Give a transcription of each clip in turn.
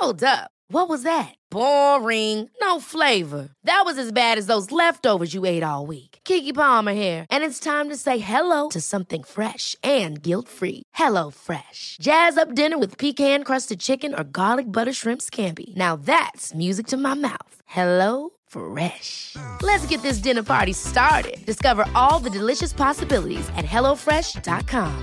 Hold up. What was that? Boring. No flavor. That was as bad as those leftovers you ate all week. Keke Palmer here, and it's time to say hello to something fresh and guilt-free. Hello Fresh. Jazz up dinner with pecan-crusted chicken or garlic butter shrimp scampi. Now that's music to my mouth. Hello Fresh. Let's get this dinner party started. Discover all the delicious possibilities at hellofresh.com.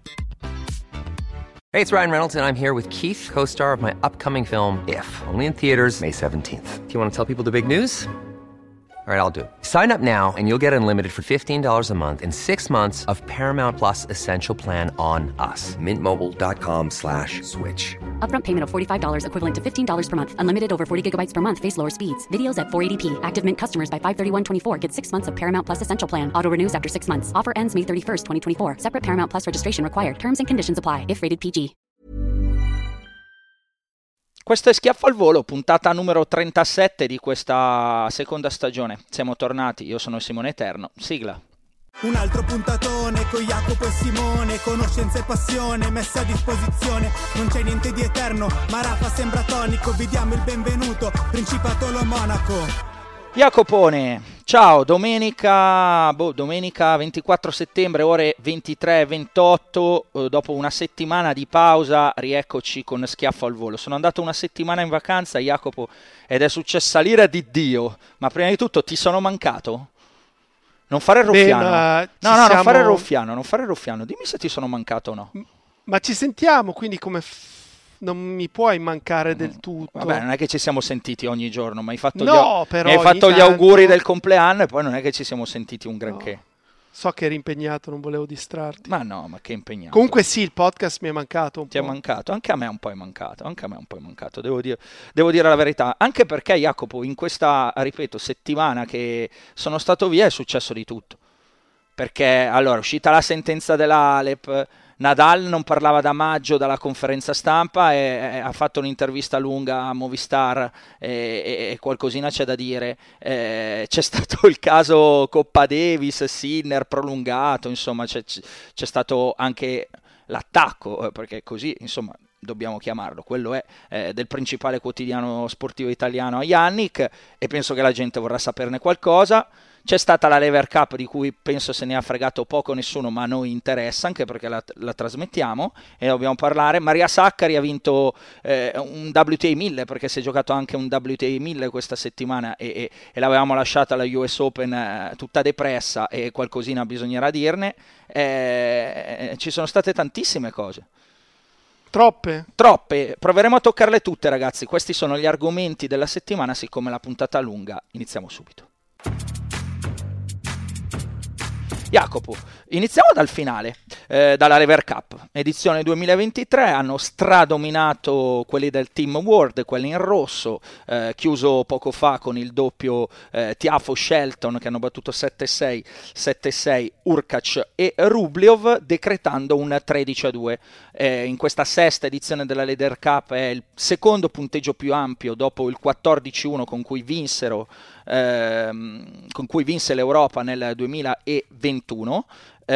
Hey, it's Ryan Reynolds, and I'm here with Keith, co-star of my upcoming film, If, only in theaters May 17th. Do you want to tell people the big news? All right, I'll do it. Sign up now and you'll get unlimited for $15 a month and 6 months of Paramount Plus Essential Plan on us. MintMobile.com/switch. Upfront payment of $45 equivalent to $15 per month. Unlimited over 40 gigabytes per month. Face lower speeds. Videos at 480p. Active Mint customers by 531.24 get 6 months of Paramount Plus Essential Plan. Auto renews after 6 months. Offer ends May 31st, 2024. Separate Paramount Plus registration required. Terms and conditions apply if rated PG. Questo è Schiaffo al Volo, puntata numero 37 di questa seconda stagione. Siamo tornati, io sono Simone Eterno. Sigla. Un altro puntatone con Jacopo e Simone, conoscenza e passione messa a disposizione. Non c'è niente di eterno, ma Rafa sembra tonico. Vi diamo il benvenuto, Principato Lo Monaco. Jacopone, ciao, domenica 24 settembre, ore 23:28, dopo una settimana di pausa, rieccoci con Schiaffo al Volo. Sono andato una settimana in vacanza, Jacopo, ed è successa l'ira di Dio, ma prima di tutto ti sono mancato? Non fare il ruffiano. Non fare il ruffiano, dimmi se ti sono mancato o no. Ma ci sentiamo, quindi non mi puoi mancare del tutto. Vabbè, non è che ci siamo sentiti ogni giorno, ma hai fatto, gli auguri del compleanno e poi non è che ci siamo sentiti un granché. No. So che eri impegnato, non volevo distrarti. Ma no, ma che impegnato. Comunque sì, il podcast mi è mancato un po'. Ti è mancato? Anche a me un po' è mancato, devo dire la verità. Anche perché, Jacopo, in questa, ripeto, settimana che sono stato via è successo di tutto. Perché, allora, è uscita la sentenza dell'Alep, Nadal non parlava da maggio dalla conferenza stampa e ha fatto un'intervista lunga a Movistar e qualcosina c'è da dire. C'è stato il caso Coppa Davis, Sinner prolungato, insomma c'è stato anche l'attacco, perché così insomma dobbiamo chiamarlo, quello è del principale quotidiano sportivo italiano a Yannick, e penso che la gente vorrà saperne qualcosa. C'è stata la Lever Cup di cui penso se ne ha fregato poco nessuno, ma a noi interessa anche perché la trasmettiamo e dobbiamo parlare. Maria Saccari ha vinto un WTA 1000 perché si è giocato anche un WTA 1000 questa settimana e l'avevamo lasciata alla US Open tutta depressa e qualcosina bisognerà dirne. Ci sono state tantissime cose. Troppe. Proveremo a toccarle tutte, ragazzi. Questi sono gli argomenti della settimana, siccome la puntata è lunga. Iniziamo subito. Jacopo, iniziamo dal finale, dalla Lever Cup, edizione 2023, hanno stradominato quelli del Team World, quelli in rosso, chiuso poco fa con il doppio Tiafoe Shelton che hanno battuto 7-6, 7-6 Hurkacz e Rublev, decretando un 13-2. In questa sesta edizione della Lever Cup è il secondo punteggio più ampio dopo il 14-1 con cui vinse l'Europa nel 2021.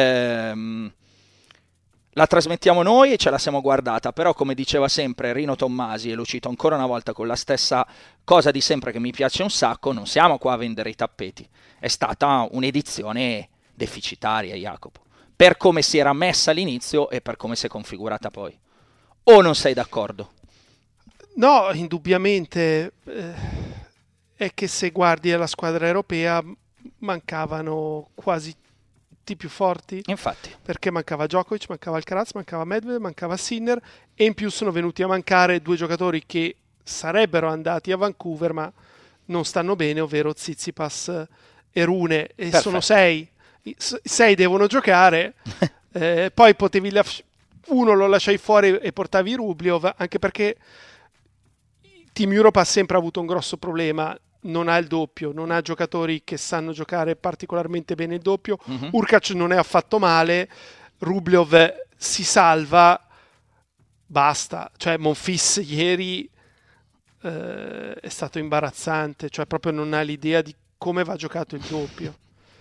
La trasmettiamo noi e ce la siamo guardata, però come diceva sempre Rino Tommasi, e lo cito ancora una volta con la stessa cosa di sempre che mi piace un sacco, non siamo qua a vendere i tappeti, è stata un'edizione deficitaria, Jacopo, per come si era messa all'inizio e per come si è configurata poi. O non sei d'accordo? No, indubbiamente è che se guardi la squadra europea mancavano quasi tutti i più forti. Infatti. Perché mancava Djokovic, mancava Alcaraz, mancava Medvedev, mancava Sinner, e in più sono venuti a mancare due giocatori che sarebbero andati a Vancouver ma non stanno bene, ovvero Tsitsipas e Rune, e Perfetto. sono sei devono giocare. Poi potevi uno lo lasciai fuori e portavi Rublev, anche perché Team Europe ha sempre avuto un grosso problema, non ha il doppio, non ha giocatori che sanno giocare particolarmente bene il doppio. Hurkacz non è affatto male, Rublev si salva, basta. Cioè Monfils ieri è stato imbarazzante, cioè proprio non ha l'idea di come va giocato il doppio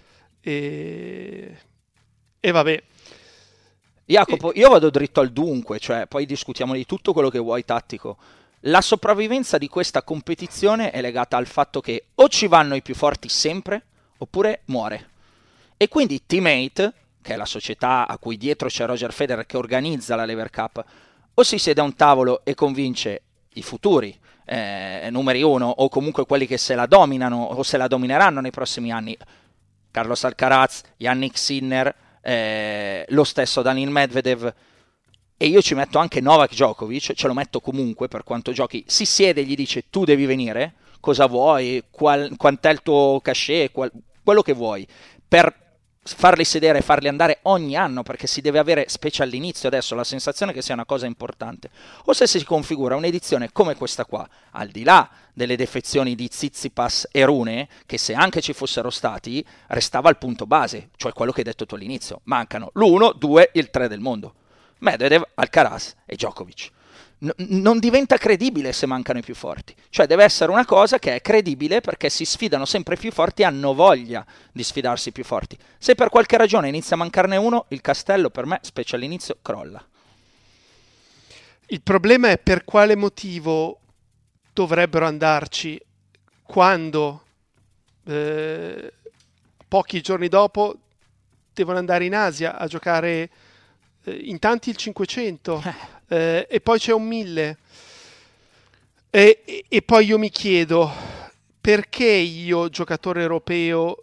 e vabbè. Jacopo, io vado dritto al dunque, cioè poi discutiamo di tutto quello che vuoi tattico, La sopravvivenza di questa competizione è legata al fatto che o ci vanno i più forti sempre, oppure muore. E quindi Teammate, che è la società a cui dietro c'è Roger Federer che organizza la Lever Cup, o si siede a un tavolo e convince i futuri numeri uno, o comunque quelli che se la dominano o se la domineranno nei prossimi anni, Carlos Alcaraz, Yannick Sinner, lo stesso Daniil Medvedev, e io ci metto anche Novak Djokovic, ce lo metto comunque per quanto giochi, si siede e gli dice tu devi venire, cosa vuoi, quant'è il tuo cachet, quello che vuoi, per farli sedere e farli andare ogni anno, perché si deve avere, specie all'inizio adesso, la sensazione che sia una cosa importante. O se si configura un'edizione come questa qua, al di là delle defezioni di Tsitsipas e Rune, che se anche ci fossero stati, restava il punto base, cioè quello che hai detto tu all'inizio. Mancano l'1, 2, il 3 del mondo. Medvedev, Alcaraz e Djokovic. Non diventa credibile se mancano i più forti, cioè deve essere una cosa che è credibile perché si sfidano sempre i più forti e hanno voglia di sfidarsi i più forti. Se per qualche ragione inizia a mancarne uno, il castello per me, specie all'inizio, crolla. Il problema è per quale motivo dovrebbero andarci quando pochi giorni dopo devono andare in Asia a giocare in tanti il 500 e poi c'è un 1000 e poi io mi chiedo perché io, giocatore europeo,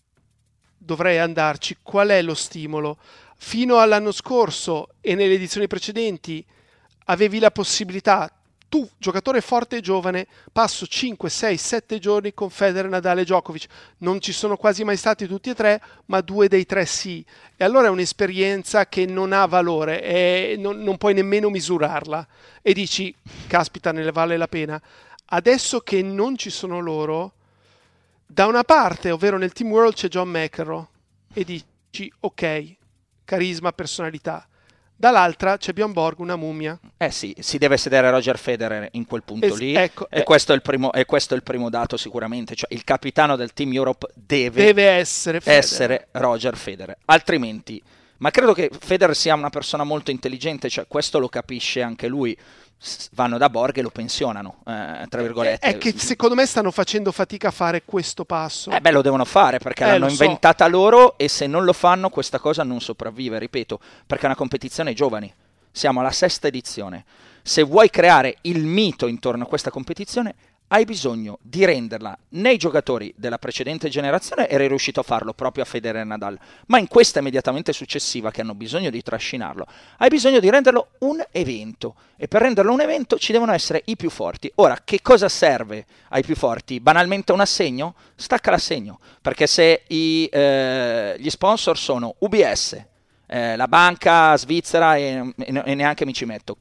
dovrei andarci, qual è lo stimolo? Fino all'anno scorso e nelle edizioni precedenti avevi la possibilità, tu, giocatore forte e giovane, passo 5, 6, 7 giorni con Federer, Nadal e Djokovic. Non ci sono quasi mai stati tutti e tre, ma 2 dei 3 sì. E allora è un'esperienza che non ha valore e non puoi nemmeno misurarla. E dici, caspita, ne vale la pena. Adesso che non ci sono loro, da una parte, ovvero nel Team World, c'è John McEnroe e dici, ok, carisma, personalità. Dall'altra c'è Bjorn Borg, una mummia. Sì, si deve sedere Roger Federer in quel punto lì. Ecco, e questo è il primo dato sicuramente. Cioè, il capitano del Team Europe deve essere Roger Federer. Altrimenti, ma credo che Federer sia una persona molto intelligente, cioè questo lo capisce anche lui. Vanno da Borg e lo pensionano, tra virgolette. È che secondo me stanno facendo fatica a fare questo passo. Lo devono fare perché l'hanno inventata loro, e se non lo fanno questa cosa non sopravvive, ripeto, perché è una competizione ai giovani. Siamo alla 6ª edizione. Se vuoi creare il mito intorno a questa competizione, hai bisogno di renderla nei giocatori della precedente generazione, eri riuscito a farlo proprio a Federer e Nadal, ma in questa immediatamente successiva, che hanno bisogno di trascinarlo, hai bisogno di renderlo un evento, e per renderlo un evento ci devono essere i più forti. Ora, che cosa serve ai più forti? Banalmente un assegno? Stacca l'assegno, perché se gli sponsor sono UBS, la banca svizzera e neanche mi ci metto,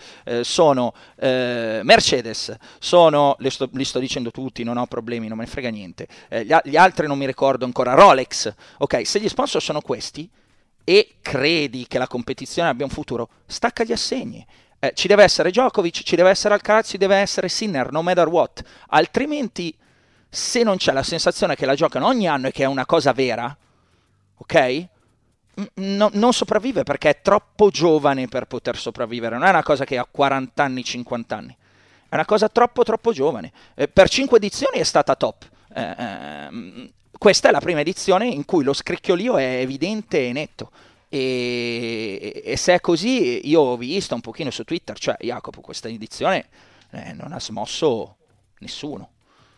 sono Mercedes, li sto dicendo tutti, non ho problemi, non me ne frega niente, gli altri non mi ricordo ancora, Rolex. Ok, se gli sponsor sono questi e credi che la competizione abbia un futuro, stacca gli assegni. Ci deve essere Djokovic, ci deve essere Alcaraz, ci deve essere Sinner, no matter what. Altrimenti, se non c'è la sensazione che la giocano ogni anno e che è una cosa vera, ok? Non sopravvive, perché è troppo giovane per poter sopravvivere. Non è una cosa che ha 40 anni, 50 anni. È una cosa troppo giovane. Per 5 edizioni è stata top. Questa è la prima edizione in cui lo scricchiolio è evidente e netto. E se è così, io ho visto un pochino su Twitter, cioè Jacopo, questa edizione non ha smosso nessuno.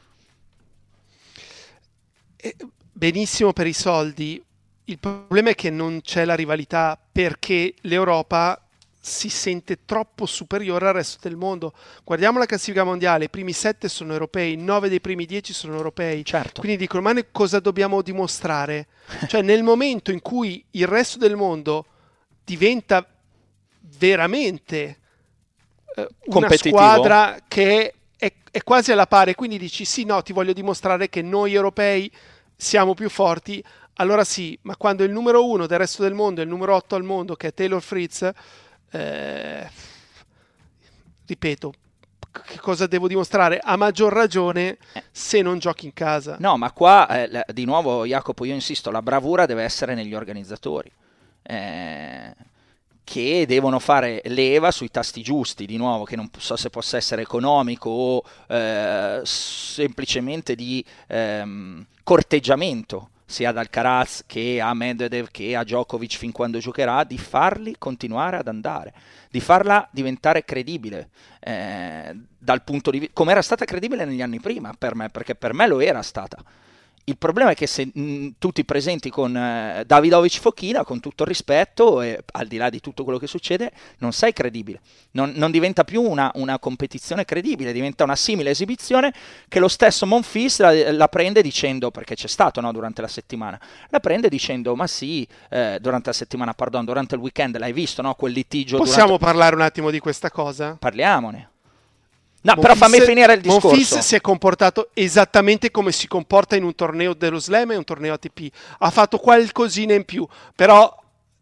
Benissimo per i soldi. Il problema è che non c'è la rivalità, perché l'Europa si sente troppo superiore al resto del mondo. Guardiamo la classifica mondiale, i primi 7 sono europei, 9 dei primi 10 sono europei. Certo. Quindi dicono, ma cosa dobbiamo dimostrare? Cioè, nel momento in cui il resto del mondo diventa veramente una squadra che è quasi alla pari, quindi dici sì, no, ti voglio dimostrare che noi europei siamo più forti. Allora sì, ma quando il numero 1 del resto del mondo è il numero 8 al mondo, che è Taylor Fritz, ripeto, che cosa devo dimostrare? A maggior ragione se non giochi in casa. No, ma qua, di nuovo, Jacopo, io insisto, la bravura deve essere negli organizzatori. che devono fare leva sui tasti giusti, di nuovo, che non so se possa essere economico o semplicemente di corteggiamento, sia ad Alcaraz che a Medvedev che a Djokovic fin quando giocherà, di farli continuare ad andare, di farla diventare credibile dal punto di vista, come era stata credibile negli anni prima per me, perché per me lo era stata. Il problema è che se tu ti presenti con Davidovic Fokina, con tutto il rispetto, e al di là di tutto quello che succede, non sei credibile. Non diventa più una competizione credibile, diventa una simile esibizione che lo stesso Monfils la prende dicendo, perché c'è stato, no, durante la settimana, la prende dicendo, ma sì, durante la settimana, pardon, durante il weekend, l'hai visto, no, quel litigio? Possiamo parlare un attimo di questa cosa? Parliamone. No, però fammi finire il discorso. Monfils si è comportato esattamente come si comporta in un torneo dello Slam e un torneo ATP. Ha fatto qualcosina in più, però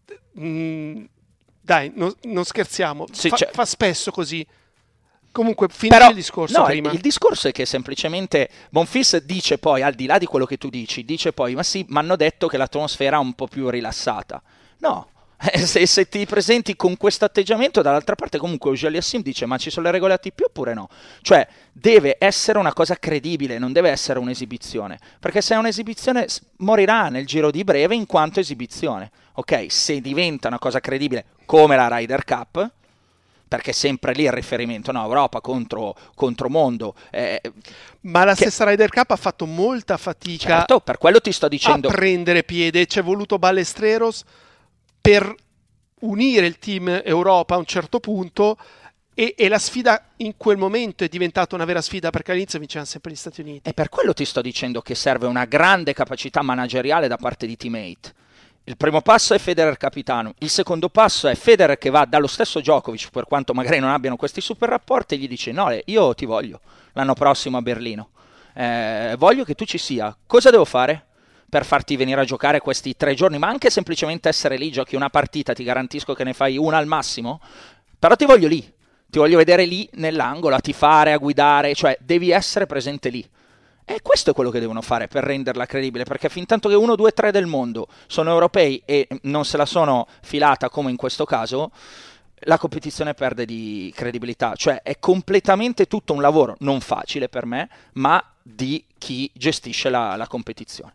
dai, non scherziamo. Sì, fa spesso così. Comunque, finisci il discorso prima. Il discorso è che semplicemente Monfils dice poi, al di là di quello che tu dici, dice poi, ma sì, mi hanno detto che l'atmosfera è un po' più rilassata. No. Se ti presenti con questo atteggiamento, dall'altra parte comunque Auger-Aliassime dice, ma ci sono le regole ATP oppure no? Cioè deve essere una cosa credibile, non deve essere un'esibizione, perché se è un'esibizione morirà nel giro di breve in quanto esibizione. Ok, se diventa una cosa credibile come la Ryder Cup, perché sempre lì il riferimento, no, Europa contro mondo. Ma la stessa Ryder Cup ha fatto molta fatica, certo, per quello ti sto dicendo, a prendere piede. C'è voluto Ballesteros per unire il team Europa a un certo punto, e la sfida in quel momento è diventata una vera sfida, perché all'inizio vincevano sempre gli Stati Uniti. E per quello ti sto dicendo che serve una grande capacità manageriale da parte di teammate. Il primo passo è Federer capitano, il secondo passo è Federer che va dallo stesso Djokovic, per quanto magari non abbiano questi super rapporti, e gli dice, no, io ti voglio l'anno prossimo a Berlino, voglio che tu ci sia, cosa devo fare per farti venire a giocare questi 3 giorni, ma anche semplicemente essere lì, giochi una partita, ti garantisco che ne fai una al massimo, però ti voglio lì, ti voglio vedere lì nell'angolo, a tifare, a guidare, cioè devi essere presente lì. E questo è quello che devono fare per renderla credibile, perché fin tanto che 1, 2, 3 del mondo sono europei e non se la sono filata come in questo caso, la competizione perde di credibilità, cioè è completamente tutto un lavoro, non facile per me, ma di chi gestisce la competizione.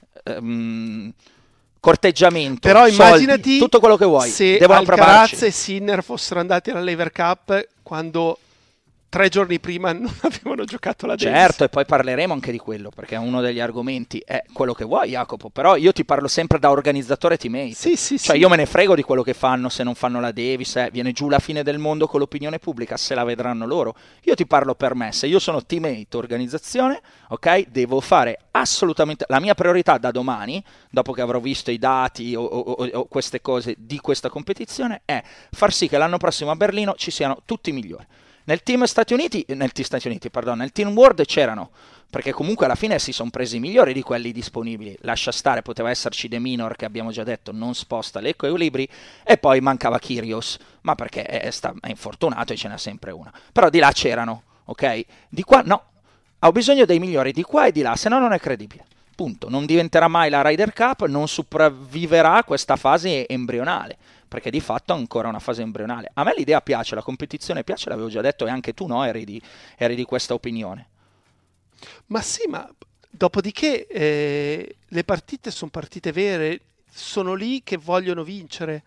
Corteggiamento, però soldi, immaginati tutto quello che vuoi, se devono Alcaraz e Sinner fossero andati alla Lever Cup quando 3 giorni prima non avevano giocato la Davis. Certo, e poi parleremo anche di quello, perché uno degli argomenti è quello che vuoi, Jacopo, però io ti parlo sempre da organizzatore teammate. Sì, cioè io me ne frego di quello che fanno, se non fanno la Davis, viene giù la fine del mondo con l'opinione pubblica, se la vedranno loro. Io ti parlo per me, se io sono teammate organizzazione, ok, devo fare assolutamente, la mia priorità da domani, dopo che avrò visto i dati o queste cose di questa competizione, è far sì che l'anno prossimo a Berlino ci siano tutti i migliori. Nel team Team World c'erano, perché comunque alla fine si sono presi i migliori di quelli disponibili. Lascia stare, poteva esserci De Minaur, che abbiamo già detto non sposta l'equilibri, e poi mancava Kyrgios, ma perché è infortunato e ce n'è sempre una. Però di là c'erano, ok? Di qua no, ho bisogno dei migliori di qua e di là, se no non è credibile. Punto. Non diventerà mai la Ryder Cup, non sopravviverà questa fase embrionale, perché di fatto è ancora una fase embrionale. A me l'idea piace, la competizione piace, l'avevo già detto, e anche tu, no, eri di questa opinione. Ma sì, ma dopodiché le partite sono partite vere, sono lì che vogliono vincere.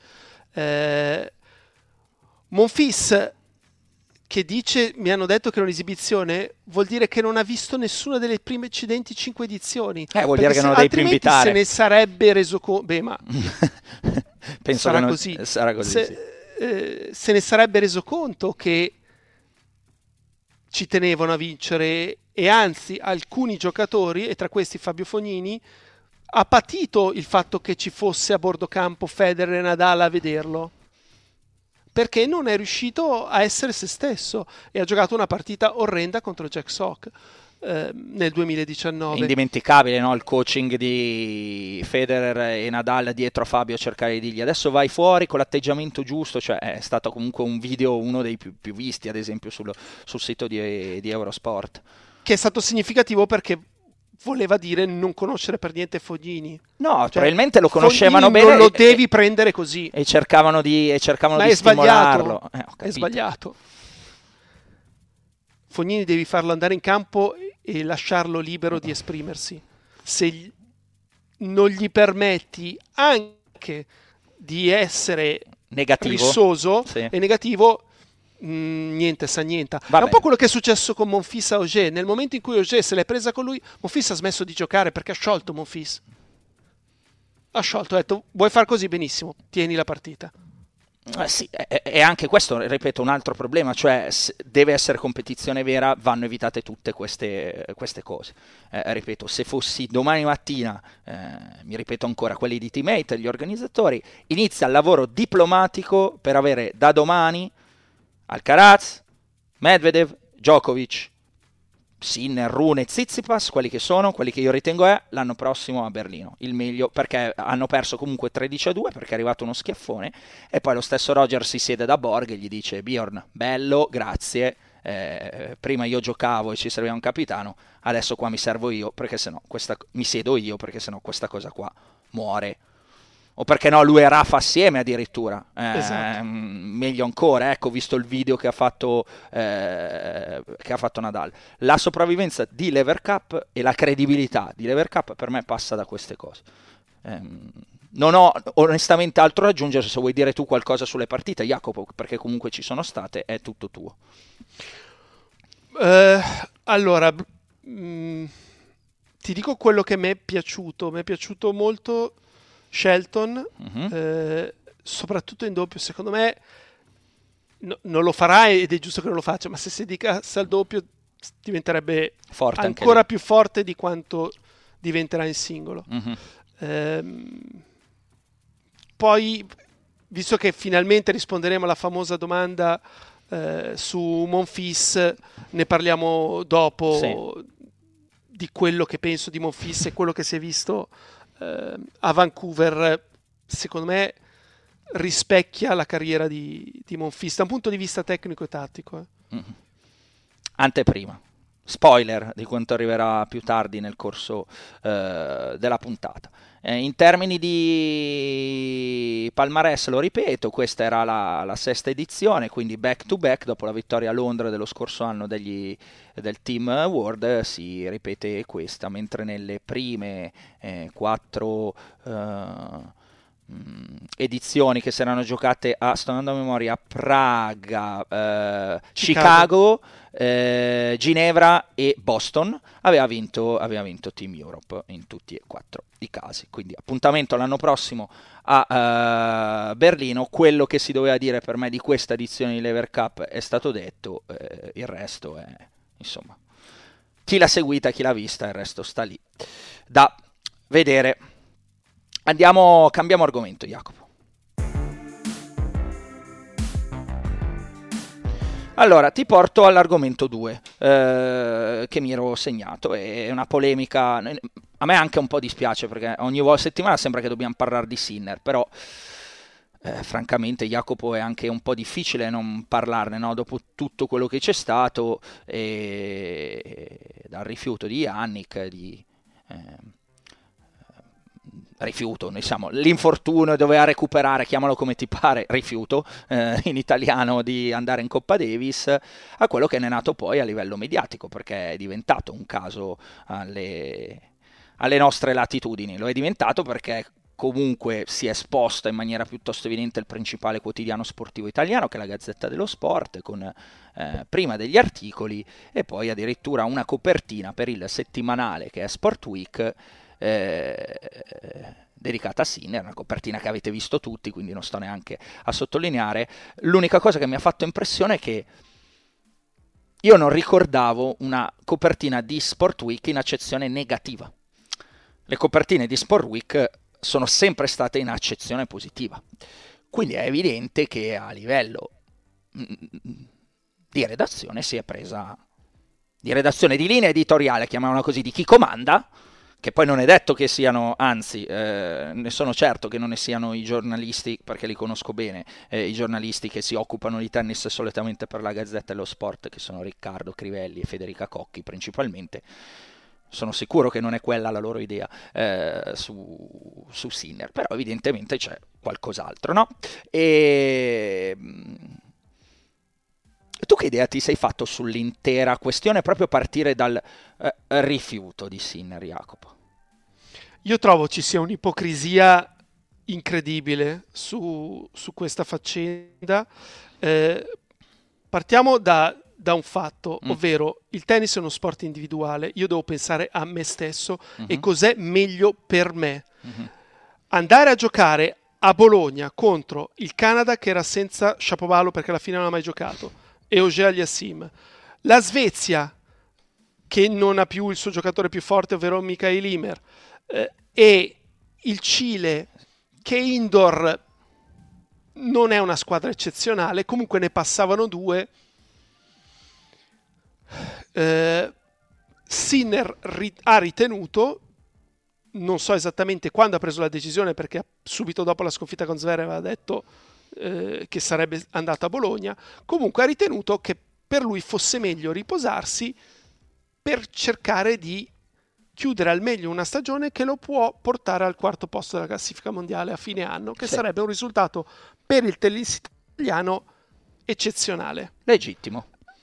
Monfils che dice, mi hanno detto che è un'esibizione, vuol dire che non ha visto nessuna delle precedenti 5 edizioni. Vuol dire che non lo devi più invitare. Se ne sarebbe reso conto. Beh, ma penso sarà che così. Sarà così, sì. Se ne sarebbe reso conto che ci tenevano a vincere, e anzi alcuni giocatori, e tra questi Fabio Fognini, ha patito il fatto che ci fosse a bordo campo Federer e Nadal a vederlo, perché non è riuscito a essere se stesso e ha giocato una partita orrenda contro Jack Sock nel 2019. Indimenticabile, no? Il coaching di Federer e Nadal dietro a Fabio a cercare di dirgli adesso vai fuori con l'atteggiamento giusto, cioè è stato comunque un video, uno dei più visti ad esempio sul sito di Eurosport, che è stato significativo perché voleva dire non conoscere per niente Fognini. No, Cioè, probabilmente lo conoscevano Fognini bene. Non lo devi prendere così. E cercavano di Ma è stimolarlo. sbagliato. Ho È capito. sbagliato. Fognini devi farlo andare in campo e lasciarlo libero di esprimersi. Se non gli permetti anche di essere Negativo. rissoso Sì. e negativo, niente sa niente. Vabbè. È un po' quello che è successo con Monfils a Auger. Nel momento in cui Auger se l'è presa con lui, Monfils ha smesso di giocare perché ha sciolto Monfils. Ha sciolto, ha detto vuoi far così, benissimo, tieni la partita. Sì, e anche questo, ripeto, un altro problema, cioè deve essere competizione vera, vanno evitate tutte queste cose. Ripeto, se fossi domani mattina, mi ripeto ancora, quelli di Teammate, gli organizzatori, inizia il lavoro diplomatico per avere da domani Alcaraz, Medvedev, Djokovic, Sinner, Rune, Tsitsipas, quelli che io ritengo l'anno prossimo a Berlino, il meglio, perché hanno perso comunque 13-2 perché è arrivato uno schiaffone, e poi lo stesso Roger si siede da Borg e gli dice: Bjorn, bello, grazie, prima io giocavo e ci serviva un capitano, adesso qua mi servo io, perché sennò mi siedo io, perché sennò questa cosa qua muore. O perché no, lui e Rafa assieme addirittura, Esatto. Meglio ancora, ecco, visto il video che ha fatto Nadal. La sopravvivenza di Lever Cup e la credibilità di Lever Cup per me passa da queste cose. Non ho onestamente altro da aggiungere. Se vuoi dire tu qualcosa sulle partite, Jacopo, perché comunque ci sono state, è tutto tuo. Allora, ti dico quello che mi è piaciuto molto Shelton, soprattutto in doppio. Secondo me non lo farà ed è giusto che non lo faccia, ma se si dedicasse al doppio diventerebbe Forte ancora più forte di quanto diventerà in singolo. Poi, visto che finalmente risponderemo alla famosa domanda su Monfils, ne parliamo dopo. Sì. Di quello che penso di Monfils e quello che si è visto a Vancouver. Secondo me rispecchia la carriera di Monfils da un punto di vista tecnico e tattico. Anteprima, spoiler di quanto arriverà più tardi nel corso della puntata. In termini di palmarès, lo ripeto, questa era la sesta edizione, quindi back to back, dopo la vittoria a Londra dello scorso anno del Team World, si ripete questa, mentre nelle prime 4 edizioni che si erano giocate sto andando a memoria, Praga, Chicago, Ginevra e Boston, aveva vinto Team Europe in tutti e 4 i casi. Quindi appuntamento l'anno prossimo a Berlino. Quello che si doveva dire per me di questa edizione di Lever Cup è stato detto, il resto è, insomma, chi l'ha seguita, chi l'ha vista, il resto sta lì da vedere. Cambiamo argomento, Jacopo. Allora, ti porto all'argomento 2 che mi ero segnato. È una polemica, a me anche un po' dispiace perché ogni settimana sembra che dobbiamo parlare di Sinner, però francamente, Jacopo, è anche un po' difficile non parlarne, no? Dopo tutto quello che c'è stato, dal rifiuto di Jannik, rifiuto, diciamo, l'infortunio, doveva recuperare, chiamalo come ti pare, rifiuto in italiano, di andare in Coppa Davis, a quello che ne è nato poi a livello mediatico, perché è diventato un caso alle nostre latitudini. Lo è diventato perché comunque si è esposta in maniera piuttosto evidente il principale quotidiano sportivo italiano, che è la Gazzetta dello Sport, con prima degli articoli e poi addirittura una copertina per il settimanale che è Sport Week, dedicata a Sinner, una copertina che avete visto tutti, quindi non sto neanche a sottolineare. L'unica cosa che mi ha fatto impressione è che io non ricordavo una copertina di Sport Week in accezione negativa. Le copertine di Sport Week sono sempre state in accezione positiva, quindi è evidente che a livello di redazione si è presa, di redazione, di linea editoriale, chiamiamola così, di chi comanda, che poi non è detto che siano, anzi ne sono certo che non ne siano i giornalisti, perché li conosco bene, i giornalisti che si occupano di tennis solitamente per la Gazzetta dello Sport, che sono Riccardo Crivelli e Federica Cocchi principalmente. sono sicuro che non è quella la loro idea su Sinner, però evidentemente c'è qualcos'altro, no? E tu che idea ti sei fatto sull'intera questione, proprio a partire dal rifiuto di Sinner, Jacopo? Io trovo ci sia un'ipocrisia incredibile su questa faccenda. Partiamo da un fatto, ovvero il tennis è uno sport individuale, io devo pensare a me stesso e cos'è meglio per me. Andare a giocare a Bologna contro il Canada che era senza Shapovalov perché alla fine non ha mai giocato e Auger-Aliassime, la Svezia che non ha più il suo giocatore più forte ovvero Mikael Ymer, e il Cile che indoor non è una squadra eccezionale, comunque ne passavano due. Sinner ha ritenuto, non so esattamente quando ha preso la decisione perché subito dopo la sconfitta con Zverev aveva detto che sarebbe andato a Bologna, comunque ha ritenuto che per lui fosse meglio riposarsi per cercare di chiudere al meglio una stagione che lo può portare al quarto posto della classifica mondiale a fine anno, che sarebbe un risultato per il tennis italiano eccezionale. Legittimo.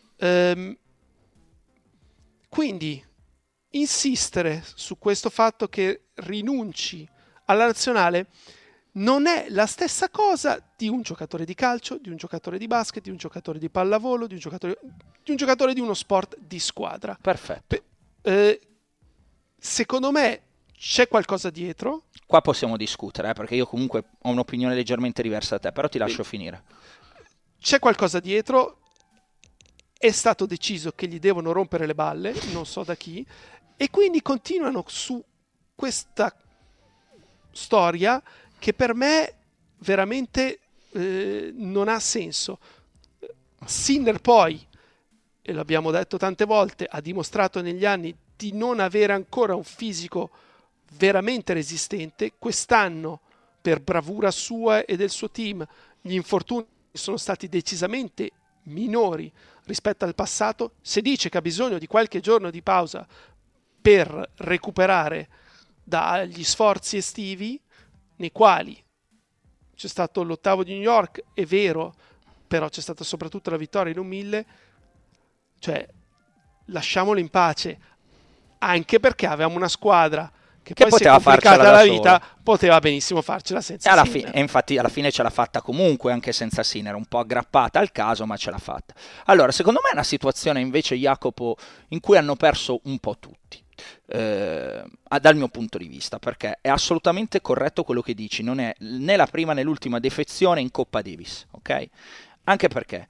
Quindi insistere su questo fatto che rinunci alla nazionale non è la stessa cosa di un giocatore di calcio, di un giocatore di basket, di un giocatore di pallavolo, di un giocatore di uno sport di squadra. Perfetto. Secondo me c'è qualcosa dietro. Qua possiamo discutere, perché io comunque ho un'opinione leggermente diversa da te, però ti lascio finire. C'è qualcosa dietro, è stato deciso che gli devono rompere le balle, non so da chi, e quindi continuano su questa storia che per me veramente non ha senso. Sinner poi, e l'abbiamo detto tante volte, ha dimostrato negli anni di non avere ancora un fisico veramente resistente. Quest'anno, per bravura sua e del suo team, gli infortuni sono stati decisamente minori rispetto al passato. Si dice che ha bisogno di qualche giorno di pausa per recuperare dagli sforzi estivi, nei quali c'è stato l'ottavo di New York, è vero, però c'è stata soprattutto la vittoria in un 1000. Cioè, lasciamolo in pace, anche perché avevamo una squadra che poi poteva si è complicata farcela la da vita, sola. poteva benissimo farcela senza Sinner. E infatti alla fine ce l'ha fatta comunque anche senza Sinner, un po' aggrappata al caso, ma ce l'ha fatta. Allora, secondo me è una situazione invece, Jacopo, in cui hanno perso un po' tutti, dal mio punto di vista, perché è assolutamente corretto quello che dici, non è né la prima né l'ultima defezione in Coppa Davis, ok? Anche perché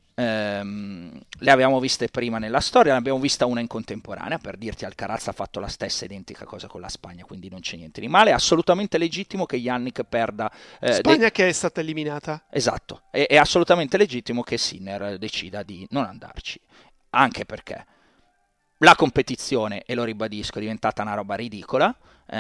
le abbiamo viste prima nella storia, ne abbiamo vista una in contemporanea, per dirti Alcaraz ha fatto la stessa identica cosa con la Spagna, quindi non c'è niente di male, è assolutamente legittimo che Jannik perda Spagna che è stata eliminata. Esatto, è assolutamente legittimo che Sinner decida di non andarci, anche perché la competizione, e lo ribadisco, è diventata una roba ridicola.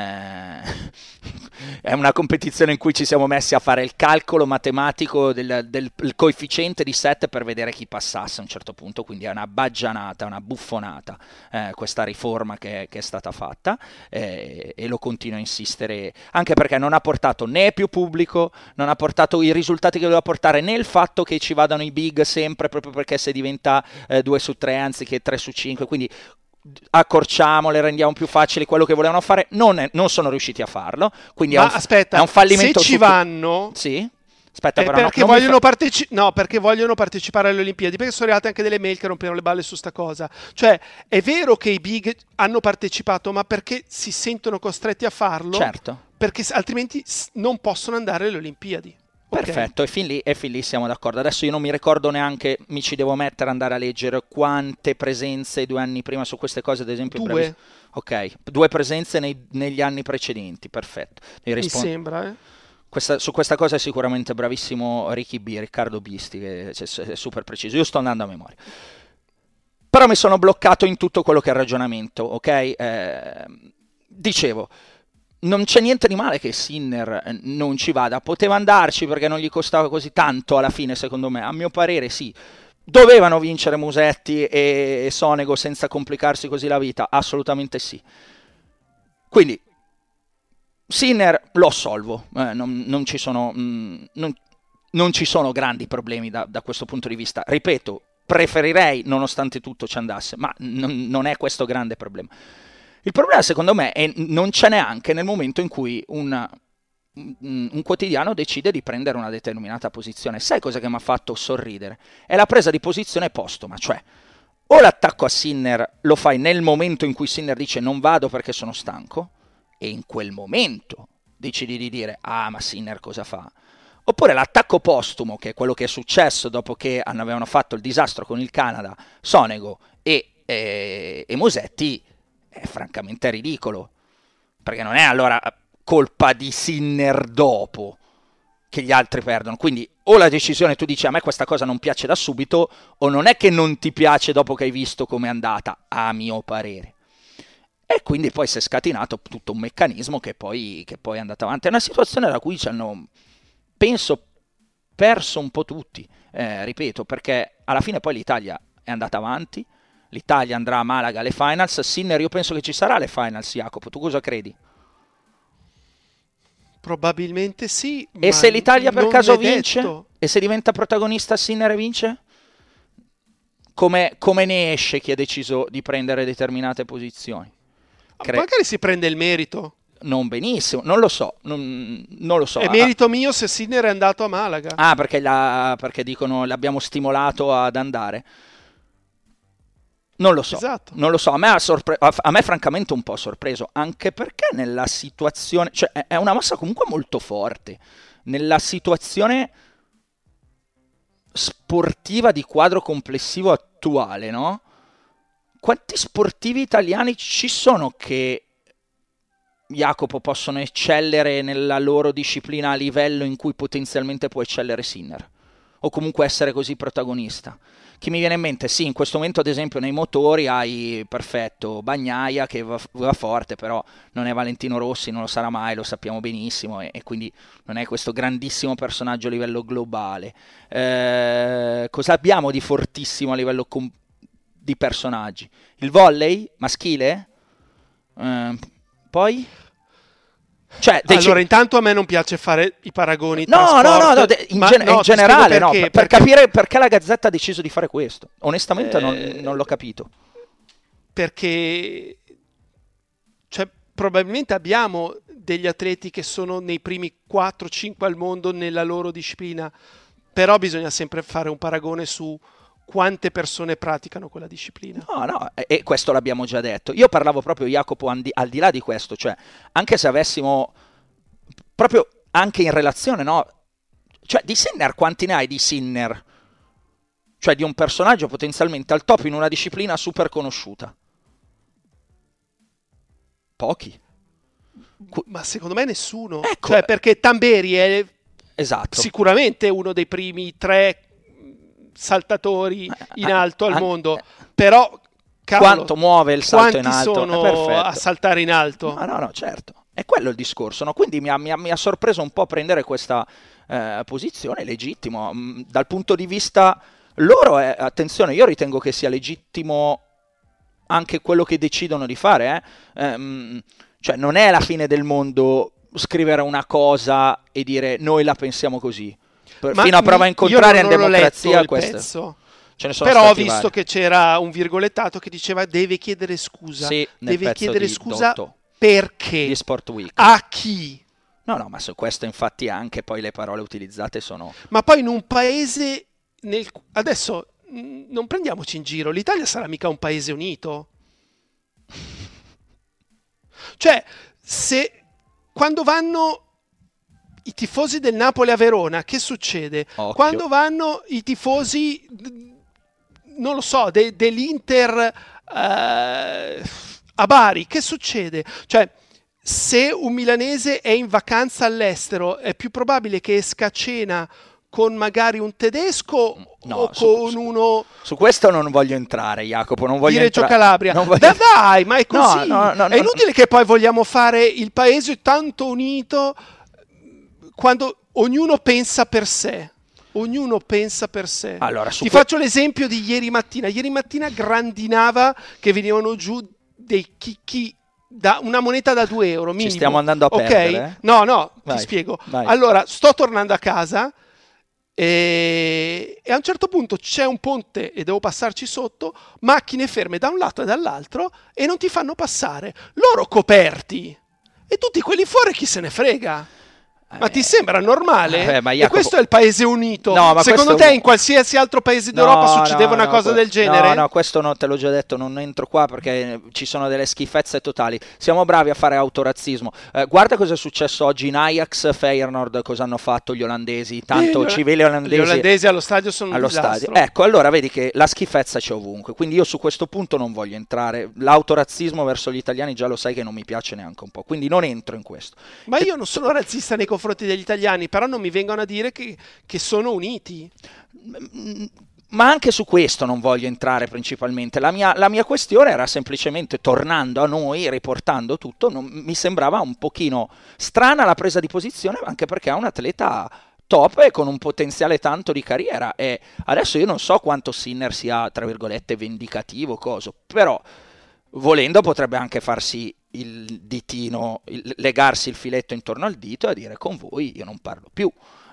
È una competizione in cui ci siamo messi a fare il calcolo matematico del coefficiente di 7 per vedere chi passasse a un certo punto, quindi è una baggianata, una buffonata questa riforma che è stata fatta, e lo continuo a insistere, anche perché non ha portato né più pubblico, non ha portato i risultati che doveva portare, né il fatto che ci vadano i big sempre, proprio perché se diventa 2 su 3 anziché 3 su 5, quindi accorciamole, rendiamo più facili quello che volevano fare, non sono riusciti a farlo, quindi aspetta, è un fallimento. Se ci vanno, sì? Aspetta, però perché perché vogliono partecipare alle Olimpiadi, perché sono arrivate anche delle mail che rompevano le balle su sta cosa. Cioè, è vero che i big hanno partecipato, ma perché si sentono costretti a farlo? Certo. Perché altrimenti non possono andare alle Olimpiadi. Perfetto, okay. e fin lì siamo d'accordo. Adesso io non mi ricordo neanche, mi ci devo mettere, andare a leggere quante presenze 2 anni prima su queste cose, ad esempio. 2. Ok, 2 presenze negli anni precedenti, perfetto. Mi sembra, su questa cosa è sicuramente bravissimo Riccardo Bisti, che è super preciso. Io sto andando a memoria. Però mi sono bloccato in tutto quello che è il ragionamento, ok? Dicevo, non c'è niente di male che Sinner non ci vada, poteva andarci perché non gli costava così tanto alla fine, secondo me, a mio parere sì, Dovevano vincere Musetti e Sonego senza complicarsi così la vita? Assolutamente sì. Quindi Sinner lo assolvo, non ci sono grandi problemi da questo punto di vista. Ripeto, preferirei nonostante tutto ci andasse, ma non è questo grande problema. Il problema secondo me non c'è neanche nel momento in cui un quotidiano decide di prendere una determinata posizione. Sai cosa che mi ha fatto sorridere? È la presa di posizione postuma, cioè o l'attacco a Sinner lo fai nel momento in cui Sinner dice non vado perché sono stanco, e in quel momento decidi di dire ma Sinner cosa fa? Oppure l'attacco postumo, che è quello che è successo dopo che avevano fatto il disastro con il Canada, Sonego e Musetti, è francamente ridicolo, perché non è allora colpa di Sinner dopo che gli altri perdono. Quindi o la decisione, tu dici a me questa cosa non piace da subito, o non è che non ti piace dopo che hai visto com'è andata, a mio parere. E quindi poi si è scatinato tutto un meccanismo che poi è andato avanti. È una situazione da cui ci hanno, penso, perso un po' tutti, ripeto, perché alla fine poi l'Italia è andata avanti, l'Italia andrà a Malaga alle finals. Sinner, io penso che ci sarà alle finals, Jacopo, tu cosa credi? Probabilmente sì. E se l'Italia per caso vince? Detto. E se diventa protagonista Sinner e vince? Come ne esce chi ha deciso di prendere determinate posizioni? Magari si prende il merito. Non benissimo, non lo so. Non lo so. È merito mio se Sinner è andato a Malaga. Perché dicono l'abbiamo stimolato ad andare. Non lo so, esatto. Non lo so, a me francamente un po' sorpreso, anche perché nella situazione, cioè è una mossa comunque molto forte, nella situazione sportiva di quadro complessivo attuale, no? Quanti sportivi italiani ci sono che, Jacopo, possono eccellere nella loro disciplina a livello in cui potenzialmente può eccellere Sinner? O comunque essere così protagonista? Chi mi viene in mente? Sì, in questo momento ad esempio nei motori hai, perfetto, Bagnaia che va forte, però non è Valentino Rossi, non lo sarà mai, lo sappiamo benissimo, e quindi non è questo grandissimo personaggio a livello globale. Cosa abbiamo di fortissimo a livello di personaggi? Il volley maschile? Poi? Cioè, allora, intanto a me non piace fare i paragoni in generale, no, per capire perché la Gazzetta ha deciso di fare questo. Onestamente non l'ho capito. Perché probabilmente abbiamo degli atleti che sono nei primi 4-5 al mondo nella loro disciplina, però bisogna sempre fare un paragone su quante persone praticano quella disciplina. No, e questo l'abbiamo già detto. Io parlavo proprio, Jacopo, al di là di questo, cioè anche se avessimo proprio anche in relazione, no? Cioè di Sinner, quanti ne hai di Sinner? Cioè di un personaggio potenzialmente al top in una disciplina super conosciuta. Pochi. Ma secondo me nessuno. Ecco. Cioè perché Tamberi è sicuramente uno dei primi 3 saltatori in alto al mondo, però cavolo, quanto muove il salto in alto? Sono a saltare in alto? No, certo, è quello il discorso, no? Quindi mi ha sorpreso un po' prendere questa posizione, legittimo dal punto di vista loro. Attenzione, io ritengo che sia legittimo anche quello che decidono di fare, cioè non è la fine del mondo scrivere una cosa e dire noi la pensiamo così. Fino a prova contraria in democrazia questo. Però ho visto che c'era un virgolettato che diceva deve chiedere scusa. Sì, deve chiedere scusa Dotto, perché? Di Sport Week. A chi? No, ma su questo infatti anche poi le parole utilizzate sono... Ma poi in un paese... Adesso non prendiamoci in giro, l'Italia sarà mica un paese unito? Cioè, quando vanno i tifosi del Napoli a Verona, che succede? Occhio. Quando vanno i tifosi, non lo so, dell'Inter a Bari, che succede? Cioè, se un milanese è in vacanza all'estero, è più probabile che esca a cena con magari un tedesco o con uno... Su questo non voglio entrare, Jacopo, non voglio di Reggio Calabria. Dai, ma è così. No, è inutile che poi vogliamo fare il paese tanto unito quando ognuno pensa per sé. ognuno pensa per sé. Allora, ti faccio l'esempio di ieri mattina. Ieri mattina grandinava che venivano giù dei chicchi da una moneta da 2 euro minimo. Ci stiamo andando a perdere. No, vai, ti spiego. Vai. Allora, sto tornando a casa e a un certo punto c'è un ponte e devo passarci sotto, macchine ferme da un lato e dall'altro e non ti fanno passare. Loro coperti e tutti quelli fuori chi se ne frega. Ma ti sembra normale? Ma E questo è il paese unito. No, ma secondo te in qualsiasi altro paese d'Europa succedeva una cosa del genere? No, questo no, te l'ho già detto, non entro qua perché ci sono delle schifezze totali. Siamo bravi a fare autorazzismo. Guarda cosa è successo oggi in Ajax, Feyenoord, cosa hanno fatto gli olandesi, tanto civili olandesi. Gli olandesi allo stadio sono un disastro. Ecco, allora vedi che la schifezza c'è ovunque, quindi io su questo punto non voglio entrare. L'autorazzismo verso gli italiani già lo sai che non mi piace neanche un po', quindi non entro in questo. Ma io non sono razzista nei confronti degli italiani, però non mi vengono a dire che sono uniti. Ma anche su questo non voglio entrare principalmente. La mia questione era semplicemente, tornando a noi, riportando tutto, mi sembrava un pochino strana la presa di posizione, anche perché è un atleta top e con un potenziale tanto di carriera. E adesso io non so quanto Sinner sia, tra virgolette, vendicativo, coso, però volendo potrebbe anche farsi il ditino, legarsi il filetto intorno al dito e dire: con voi io non parlo più,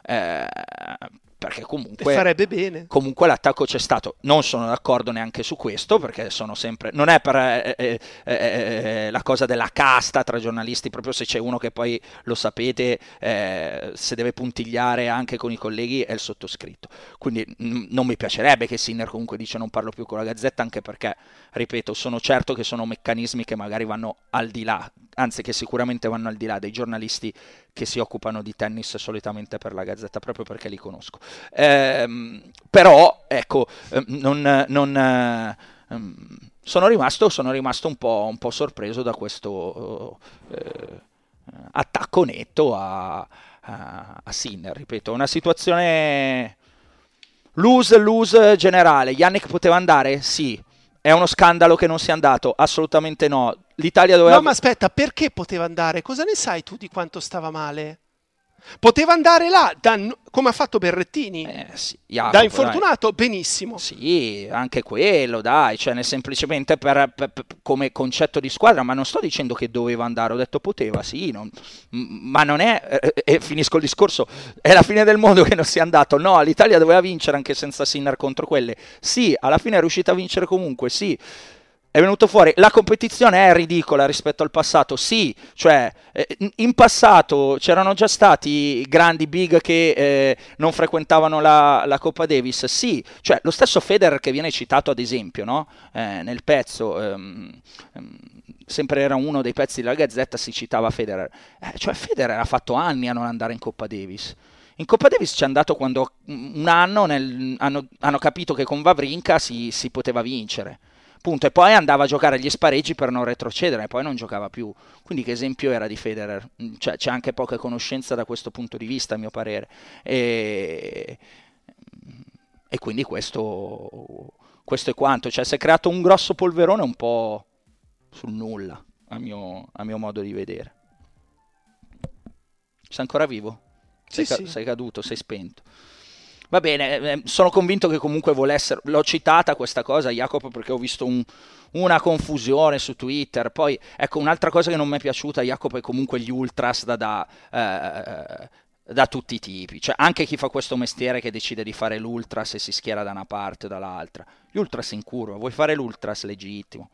perché comunque farebbe bene. Comunque l'attacco c'è stato. Non sono d'accordo neanche su questo, perché sono sempre, non è per la cosa della casta tra giornalisti, proprio se c'è uno che poi lo sapete, se deve puntigliare anche con i colleghi è il sottoscritto. Quindi non mi piacerebbe che Sinner comunque dice non parlo più con la Gazzetta, anche perché, ripeto, sono certo che sono meccanismi che magari vanno al di là, anzi che sicuramente vanno al di là dei giornalisti che si occupano di tennis solitamente per la Gazzetta, proprio perché li conosco. Però ecco, sono rimasto un po' sorpreso da questo attacco netto a Sinner. Ripeto, una situazione lose generale. Yannick poteva andare? Sì. È uno scandalo che non sia andato? Assolutamente no. L'Italia doveva... No, ma aspetta, perché poteva andare? Cosa ne sai tu di quanto stava male? Poteva andare là, come ha fatto Berrettini, sì, Jacopo, da infortunato, dai. Benissimo. Sì, anche quello, dai, cioè semplicemente per come concetto di squadra, ma non sto dicendo che doveva andare, ho detto poteva, sì, ma non è, e finisco il discorso, è la fine del mondo che non sia andato. No, l'Italia doveva vincere anche senza Sinner contro quelle, sì, alla fine è riuscita a vincere comunque, sì. È venuto fuori, la competizione è ridicola rispetto al passato, sì, cioè in passato c'erano già stati grandi big che non frequentavano la Coppa Davis, sì, cioè lo stesso Federer che viene citato ad esempio, no? Nel pezzo, sempre era uno dei pezzi della Gazzetta, si citava Federer, cioè Federer ha fatto anni a non andare in Coppa Davis. In Coppa Davis c'è andato quando un anno hanno capito che con Wawrinka si poteva vincere. Punto. E poi andava a giocare agli spareggi per non retrocedere e poi non giocava più. Quindi che esempio era di Federer? Cioè, c'è anche poca conoscenza da questo punto di vista, a mio parere. E quindi questo è quanto. Cioè, si è creato un grosso polverone un po' sul nulla, a mio modo di vedere. Sei ancora vivo? Sei caduto, sei spento. Va bene, sono convinto che comunque volessero, l'ho citata questa cosa, Jacopo, perché ho visto una confusione su Twitter. Poi, ecco, un'altra cosa che non mi è piaciuta, Jacopo, è comunque gli ultras da tutti i tipi. Cioè, anche chi fa questo mestiere che decide di fare l'ultras e si schiera da una parte o dall'altra. Gli ultras in curva, vuoi fare l'ultras? Legittimo.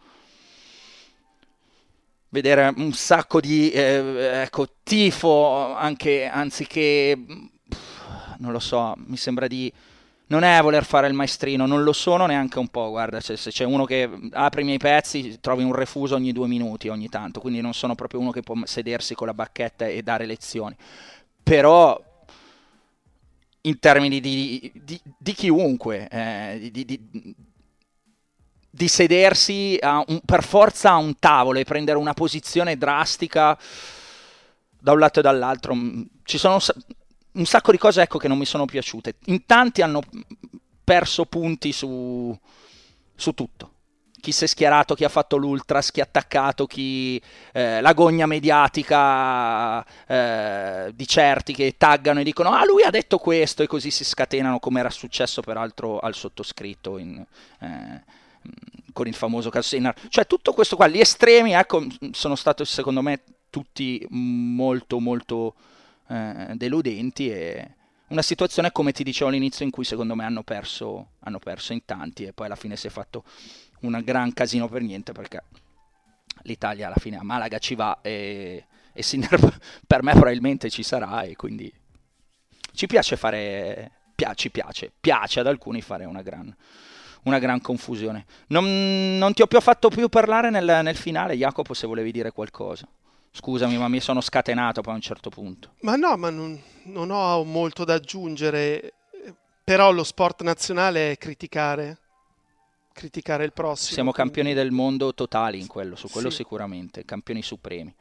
Vedere un sacco di tifo, anche anziché... non lo so, mi sembra di... non è voler fare il maestrino, non lo sono neanche un po', guarda, se c'è uno che apre i miei pezzi trovi un refuso ogni 2 minuti, ogni tanto, quindi non sono proprio uno che può sedersi con la bacchetta e dare lezioni, però in termini di chiunque, di sedersi per forza a un tavolo e prendere una posizione drastica da un lato e dall'altro, ci sono... un sacco di cose, ecco, che non mi sono piaciute. In tanti hanno perso punti su tutto. chi si è schierato, chi ha fatto l'ultras, chi ha attaccato, chi la gogna mediatica di certi che taggano e dicono lui ha detto questo, e così si scatenano, come era successo peraltro al sottoscritto con il famoso caso Sinner. Cioè tutto questo qua, gli estremi, ecco, sono stati secondo me tutti molto molto deludenti, e una situazione, come ti dicevo all'inizio, in cui secondo me hanno perso in tanti, e poi alla fine si è fatto un gran casino per niente, perché l'Italia alla fine a Malaga ci va, e Sinner per me probabilmente ci sarà, e quindi ci piace piace ad alcuni fare una gran confusione. Non ti ho fatto più parlare nel finale, Jacopo, se volevi dire qualcosa. Scusami, ma mi sono scatenato poi a un certo punto. Ma no, ma non ho molto da aggiungere, però lo sport nazionale è criticare il prossimo. Siamo campioni del mondo totali su quello sì. Sicuramente, campioni supremi.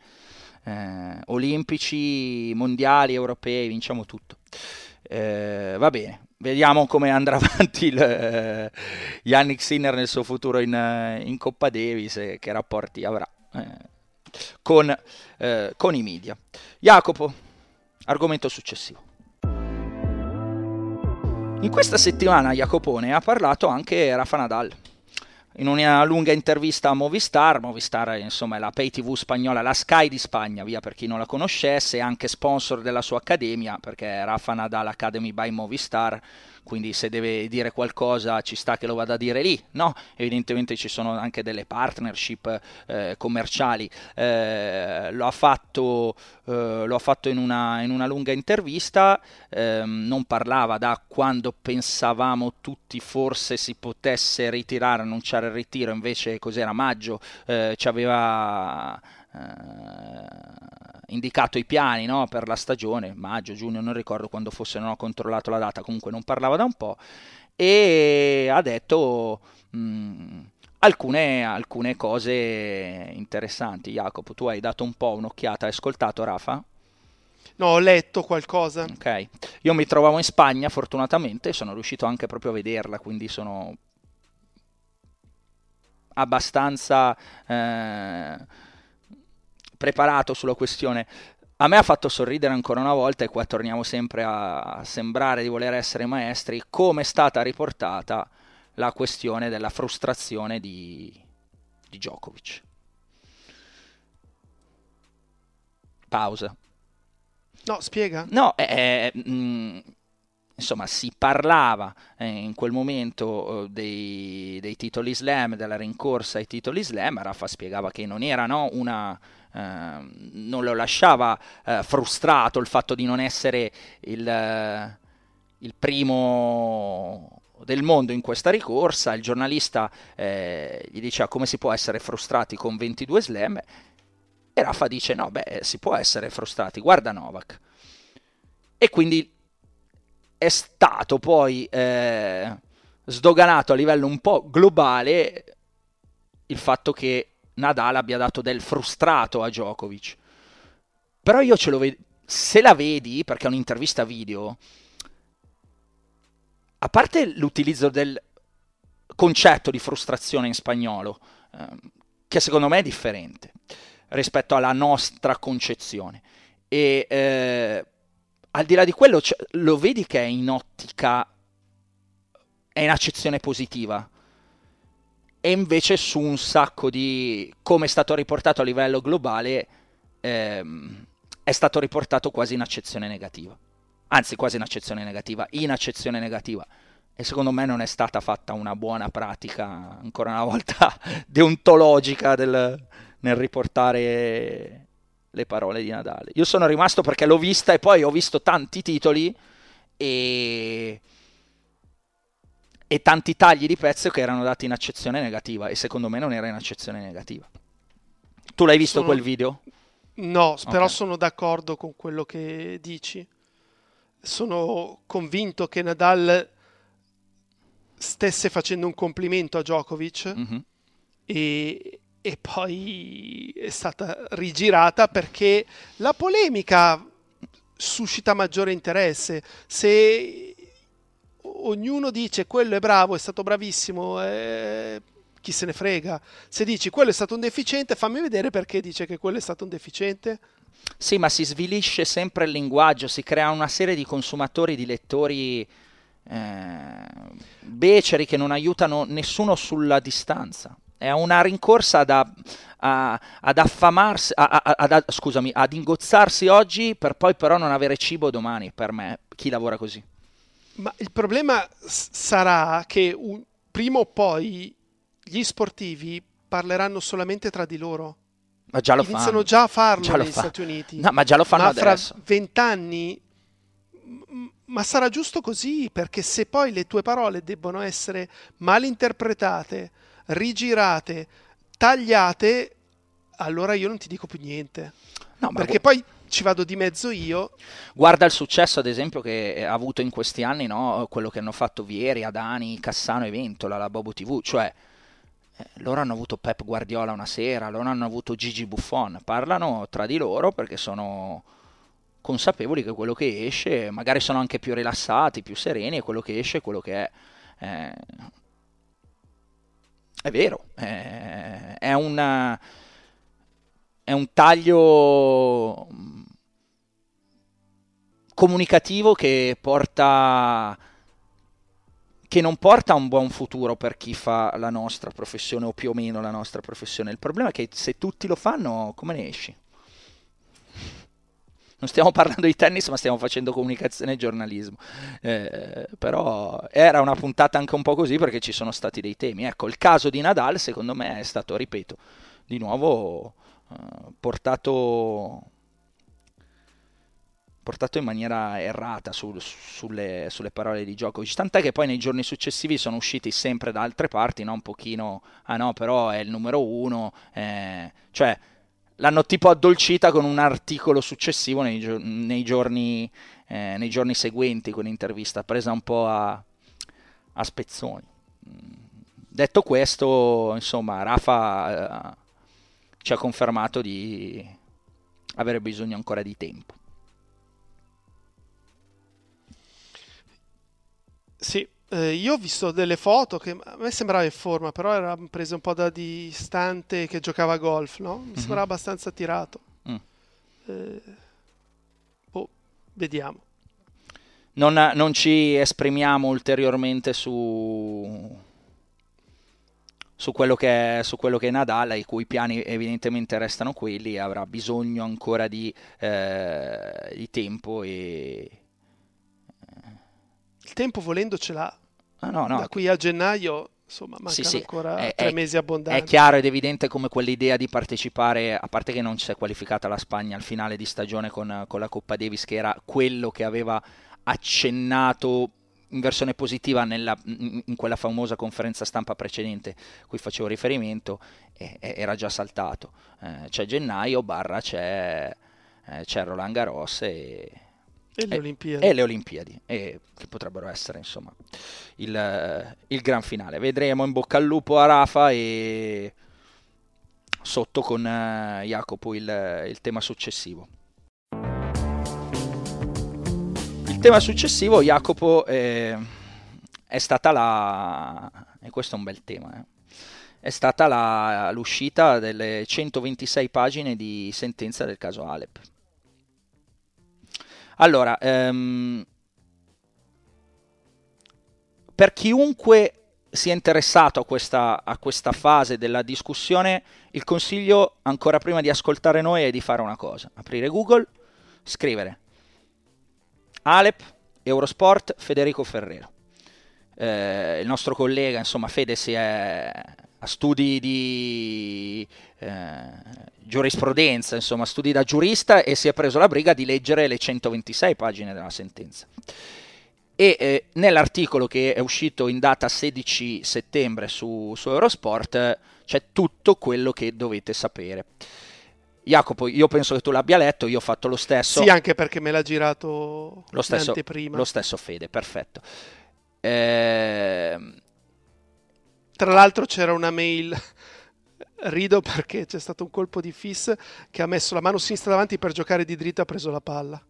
Olimpici, mondiali, europei, vinciamo tutto. Va bene, vediamo come andrà avanti Jannik Sinner nel suo futuro in Coppa Davis, e che rapporti avrà con i media. Jacopo, argomento successivo. In questa settimana Jacopone ha parlato anche Rafa Nadal. In una lunga intervista a Movistar, insomma è la pay tv spagnola, la Sky di Spagna, via, per chi non la conoscesse, è anche sponsor della sua accademia, perché Rafa Nadal Academy by Movistar, quindi se deve dire qualcosa ci sta che lo vada a dire lì, no? Evidentemente ci sono anche delle partnership commerciali. Lo ha fatto in una lunga intervista, non parlava da quando pensavamo tutti forse si potesse ritirare, annunciare il ritiro, invece cos'era, maggio, ci aveva indicato i piani, no, per la stagione, maggio, giugno, non ricordo quando fosse, non ho controllato la data, comunque non parlava da un po', e ha detto alcune cose interessanti. Jacopo, tu hai dato un po' un'occhiata, hai ascoltato Rafa? No, ho letto qualcosa. Ok, io mi trovavo in Spagna fortunatamente, sono riuscito anche proprio a vederla, quindi sono abbastanza preparato sulla questione. A me ha fatto sorridere ancora una volta, e qua torniamo sempre a sembrare di voler essere maestri, come è stata riportata la questione della frustrazione di Djokovic. Pausa. No, spiega. No, insomma, si parlava in quel momento dei titoli slam, della rincorsa ai titoli slam. Rafa spiegava che non era, no, non lo lasciava frustrato il fatto di non essere il primo del mondo in questa ricorsa. Il giornalista gli diceva come si può essere frustrati con 22 slam, e Rafa dice no, si può essere frustrati, guarda Novak. E quindi è stato poi sdoganato a livello un po' globale il fatto che Nadal abbia dato del frustrato a Djokovic. Però io ce lo vedo, se la vedi, perché è un'intervista video, a parte l'utilizzo del concetto di frustrazione in spagnolo, che secondo me è differente rispetto alla nostra concezione, e al di là di quello lo vedi che è in ottica, è in accezione positiva, e invece su un sacco di, come è stato riportato a livello globale, è stato riportato quasi in accezione negativa, anzi quasi in accezione negativa, e secondo me non è stata fatta una buona pratica, ancora una volta, deontologica nel riportare le parole di Nadal. Io sono rimasto, perché l'ho vista e poi ho visto tanti titoli e tanti tagli di pezzo che erano dati in accezione negativa, e secondo me non era in accezione negativa. Tu l'hai visto quel video? No, però Okay. sono d'accordo con quello che dici. Sono convinto che Nadal stesse facendo un complimento a Djokovic, Mhm. e poi è stata rigirata perché la polemica suscita maggiore interesse. Se ognuno dice quello è bravo, è stato bravissimo, chi se ne frega. Se dici quello è stato un deficiente, fammi vedere perché dice che quello è stato un deficiente. Sì, ma si svilisce sempre il linguaggio, si crea una serie di consumatori, di lettori beceri che non aiutano nessuno sulla distanza. È una rincorsa ad affamarsi, scusami, ad ingozzarsi oggi per poi però non avere cibo domani, per me, chi lavora così. Ma il problema sarà che prima o poi gli sportivi parleranno solamente tra di loro. Ma già lo Iniziano fanno. già a farlo negli Stati Uniti. No, ma già lo fanno adesso. Fra 20 anni, ma sarà giusto così, perché se poi le tue parole debbono essere mal interpretate, rigirate, tagliate, allora io non ti dico più niente. No, perché poi ci vado di mezzo io. Guarda il successo, ad esempio, che ha avuto in questi anni, no? Quello che hanno fatto Vieri, Adani, Cassano e Ventola, la Bobo TV, cioè loro hanno avuto Pep Guardiola una sera, loro hanno avuto Gigi Buffon, parlano tra di loro perché sono consapevoli che quello che esce, magari sono anche più rilassati, più sereni, e quello che esce è quello che è. È vero, è un taglio comunicativo che non porta a un buon futuro per chi fa la nostra professione o più o meno la nostra professione. Il problema è che se tutti lo fanno, come ne esci? Non stiamo parlando di tennis, ma stiamo facendo comunicazione e giornalismo. Però era una puntata anche un po' così perché ci sono stati dei temi. Ecco, il caso di Nadal, secondo me, è stato, ripeto, di nuovo portato in maniera errata sulle parole di Djokovic, tant'è che poi nei giorni successivi sono usciti sempre da altre parti, no? Un pochino, no, però è il numero uno, cioè l'hanno tipo addolcita con un articolo successivo nei giorni seguenti, con un'intervista presa un po' a spezzoni. Detto questo, insomma, Rafa ci ha confermato di avere bisogno ancora di tempo. Sì, io ho visto delle foto che a me sembrava in forma, però era preso un po' da distante, che giocava a golf, no? Mi sembrava abbastanza tirato. Vediamo. Non ci esprimiamo ulteriormente su quello che è Nadal, i cui piani evidentemente restano quelli, avrà bisogno ancora di tempo e... Il tempo volendo ce l'ha. No. Da qui a gennaio, insomma, mancano ancora 3 mesi abbondanti. È chiaro ed evidente come quell'idea di partecipare, a parte che non si è qualificata la Spagna al finale di stagione con la Coppa Davis, che era quello che aveva accennato in versione positiva in quella famosa conferenza stampa precedente a cui facevo riferimento, era già saltato. C'è gennaio, c'è Roland Garros e le Olimpiadi, che potrebbero essere, insomma, il gran finale. Vedremo, in bocca al lupo a Rafa, e sotto con Jacopo il tema successivo. Il tema successivo, Jacopo, è stata e questo è un bel tema, è stata l'uscita delle 126 pagine di sentenza del caso Alep. Allora, per chiunque sia interessato a questa fase della discussione, il consiglio, ancora prima di ascoltare noi, è di fare una cosa: aprire Google, scrivere Alep, Eurosport, Federico Ferrero. Il nostro collega, insomma, Fede, ha studi di giurisprudenza, insomma, studi da giurista, e si è preso la briga di leggere le 126 pagine della sentenza. E nell'articolo che è uscito in data 16 settembre su Eurosport c'è tutto quello che dovete sapere. Jacopo, io penso che tu l'abbia letto, io ho fatto lo stesso. Sì, anche perché me l'ha girato l'anteprima. Lo stesso Fede, perfetto. Tra l'altro c'era una mail, rido perché c'è stato un colpo di FIS che ha messo la mano sinistra davanti per giocare di dritto, ha preso la palla.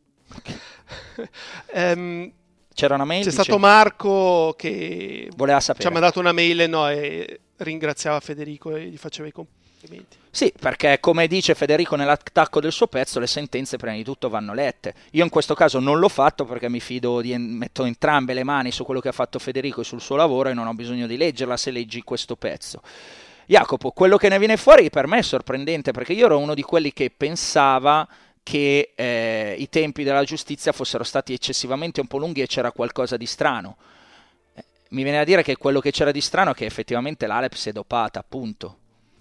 C'era una mail? C'è stato Marco che voleva sapere. ci ha mandato una mail ringraziava Federico e gli faceva i complimenti. Sì, perché come dice Federico nell'attacco del suo pezzo, le sentenze prima di tutto vanno lette. Io in questo caso non l'ho fatto perché mi fido, metto entrambe le mani su quello che ha fatto Federico e sul suo lavoro e non ho bisogno di leggerla se leggi questo pezzo. Jacopo, quello che ne viene fuori per me è sorprendente, perché io ero uno di quelli che pensava che i tempi della giustizia fossero stati eccessivamente un po' lunghi e c'era qualcosa di strano. Mi viene a dire che quello che c'era di strano è che effettivamente l'Alep si è dopata, appunto.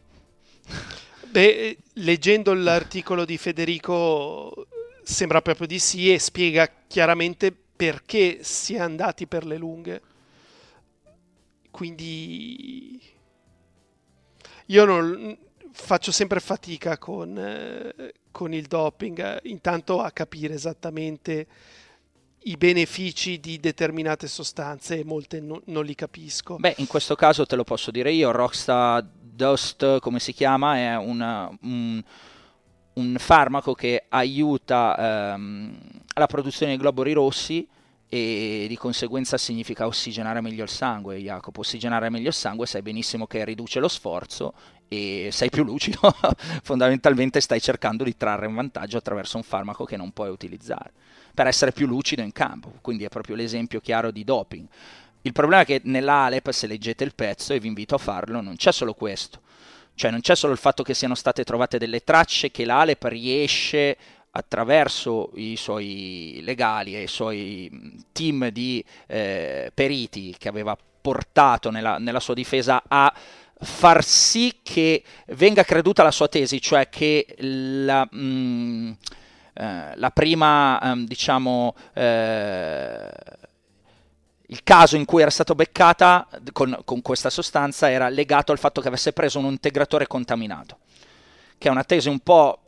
Beh, leggendo l'articolo di Federico sembra proprio di sì, e spiega chiaramente perché si è andati per le lunghe. Quindi io non faccio sempre fatica con il doping, intanto a capire esattamente i benefici di determinate sostanze, e molte non li capisco. Beh, in questo caso te lo posso dire io, Roxa Dust, come si chiama, è un farmaco che aiuta la produzione di globuli rossi e di conseguenza significa ossigenare meglio il sangue, Jacopo. Ossigenare meglio il sangue, sai benissimo che riduce lo sforzo e sei più lucido. Fondamentalmente stai cercando di trarre un vantaggio attraverso un farmaco che non puoi utilizzare per essere più lucido in campo, quindi è proprio l'esempio chiaro di doping. Il problema è che nell'Alep, se leggete il pezzo, e vi invito a farlo, non c'è solo questo, cioè non c'è solo il fatto che siano state trovate delle tracce che l'Alep riesce attraverso i suoi legali e i suoi team di periti che aveva portato nella sua difesa a far sì che venga creduta la sua tesi, cioè che la prima, il caso in cui era stato beccata con questa sostanza era legato al fatto che avesse preso un integratore contaminato, che è una tesi un po',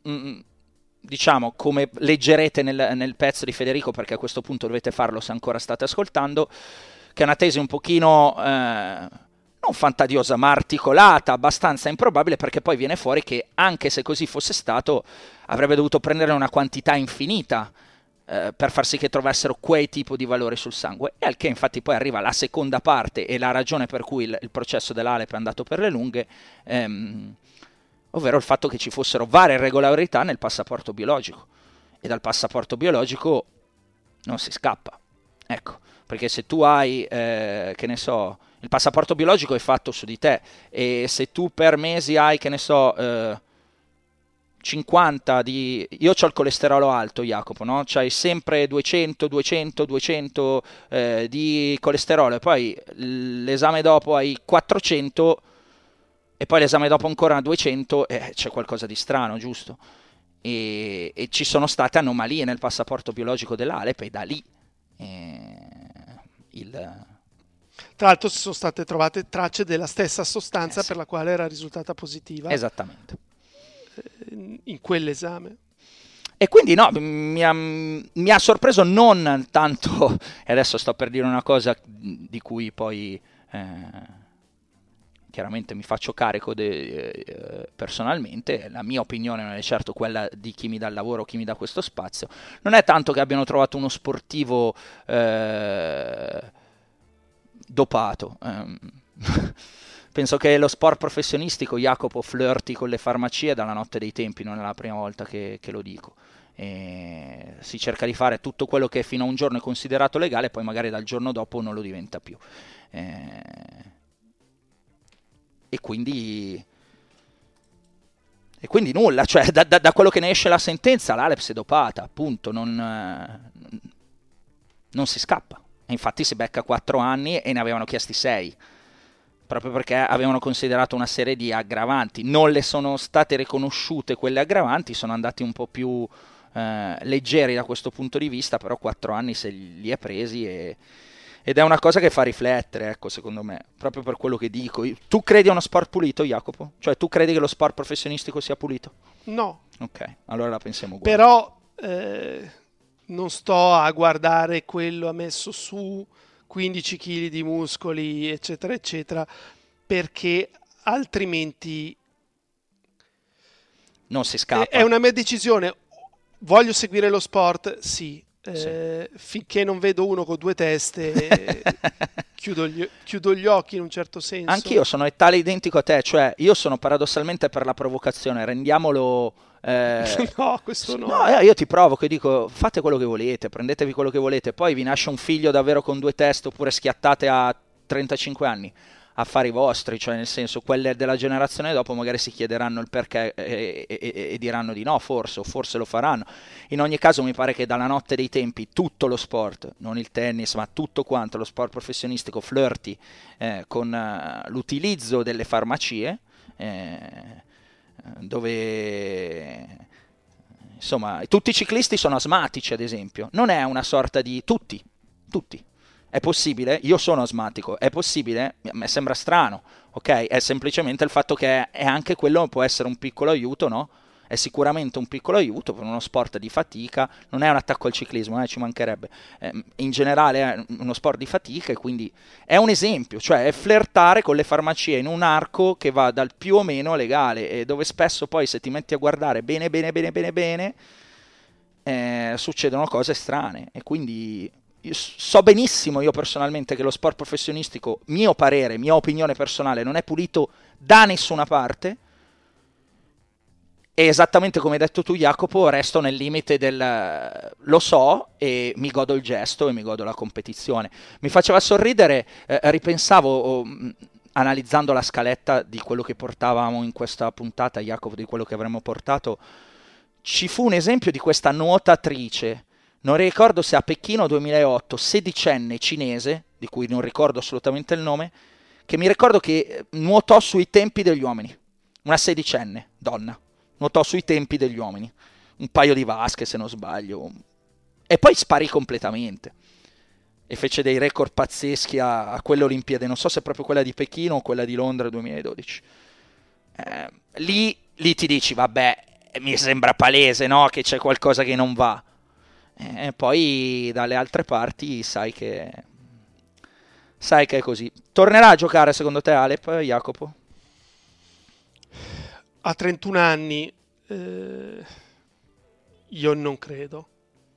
come leggerete nel pezzo di Federico, perché a questo punto dovete farlo se ancora state ascoltando, che è una tesi un pochino non fantadiosa ma articolata, abbastanza improbabile, perché poi viene fuori che anche se così fosse stato avrebbe dovuto prendere una quantità infinita per far sì che trovassero quei tipo di valori sul sangue, e al che infatti poi arriva la seconda parte e la ragione per cui il processo dell'Alep è andato per le lunghe, ovvero il fatto che ci fossero varie irregolarità nel passaporto biologico, e dal passaporto biologico non si scappa, ecco, perché se tu hai, che ne so, il passaporto biologico è fatto su di te, e se tu per mesi hai, che ne so, 50 di... Io ho il colesterolo alto, Jacopo, no? C'hai sempre 200 di colesterolo, e poi l'esame dopo hai 400, e poi l'esame dopo ancora 200, c'è qualcosa di strano, giusto? E ci sono state anomalie nel passaporto biologico dell'Alep, e da lì Tra l'altro sono state trovate tracce della stessa sostanza per la quale era risultata positiva. Esattamente. In quell'esame. E quindi no, mi ha sorpreso non tanto, e adesso sto per dire una cosa di cui poi chiaramente mi faccio carico personalmente, la mia opinione non è certo quella di chi mi dà il lavoro, chi mi dà questo spazio, non è tanto che abbiano trovato uno sportivo dopato. Penso che lo sport professionistico, Jacopo, flirti con le farmacie dalla notte dei tempi, non è la prima volta che lo dico. Si cerca di fare tutto quello che fino a un giorno è considerato legale, poi magari dal giorno dopo non lo diventa più. E quindi nulla, cioè da quello che ne esce la sentenza, l'Alep si è dopata, appunto, non si scappa. E infatti si becca 4 anni e ne avevano chiesti 6. Proprio perché avevano considerato una serie di aggravanti, non le sono state riconosciute quelle aggravanti, sono andati un po' più leggeri da questo punto di vista, però 4 anni se li è presi, ed è una cosa che fa riflettere, ecco, secondo me, proprio per quello che dico. Tu credi a uno sport pulito, Jacopo? Cioè tu credi che lo sport professionistico sia pulito? No. Ok, allora la pensiamo uguale. Però non sto a guardare quello ha messo su 15 kg di muscoli, eccetera, eccetera, perché altrimenti non si scappa. È una mia decisione. Voglio seguire lo sport? Sì. Finché non vedo uno con 2 teste chiudo gli occhi in un certo senso. Anch'io sono tale identico a te, cioè io sono paradossalmente per la provocazione, rendiamolo... No, questo no. No, io ti provoco e dico fate quello che volete, prendetevi quello che volete, poi vi nasce un figlio davvero con 2 teste oppure schiattate a 35 anni, affari vostri, cioè nel senso quelle della generazione dopo magari si chiederanno il perché e diranno di no forse, o forse lo faranno. In ogni caso mi pare che dalla notte dei tempi tutto lo sport, non il tennis ma tutto quanto lo sport professionistico flirti con l'utilizzo delle farmacie, dove insomma tutti i ciclisti sono asmatici ad esempio, non è una sorta di tutti. È possibile? Io sono asmatico, è possibile? A me sembra strano, ok? È semplicemente il fatto che è anche quello può essere un piccolo aiuto, no? È sicuramente un piccolo aiuto per uno sport di fatica, non è un attacco al ciclismo, ci mancherebbe. In generale è uno sport di fatica e quindi è un esempio, cioè è flirtare con le farmacie in un arco che va dal più o meno legale e dove spesso poi se ti metti a guardare bene, succedono cose strane e quindi... So benissimo io personalmente che lo sport professionistico, mio parere, mia opinione personale, non è pulito da nessuna parte e esattamente come hai detto tu Jacopo resto nel limite del lo so e mi godo il gesto e mi godo la competizione. Mi faceva sorridere, ripensavo analizzando la scaletta di quello che portavamo in questa puntata, Jacopo, di quello che avremmo portato, ci fu un esempio di questa nuotatrice. Non ricordo se a Pechino 2008, sedicenne cinese, di cui non ricordo assolutamente il nome, che mi ricordo che nuotò sui tempi degli uomini. Una sedicenne, donna, nuotò sui tempi degli uomini. Un paio di vasche, se non sbaglio. E poi sparì completamente. E fece dei record pazzeschi a quelle Olimpiadi. Non so se è proprio quella di Pechino o quella di Londra 2012. Lì ti dici, vabbè, mi sembra palese, no? Che c'è qualcosa che non va. Poi dalle altre parti sai che è così. Tornerà a giocare secondo te Alep, Jacopo? A 31 anni io non credo.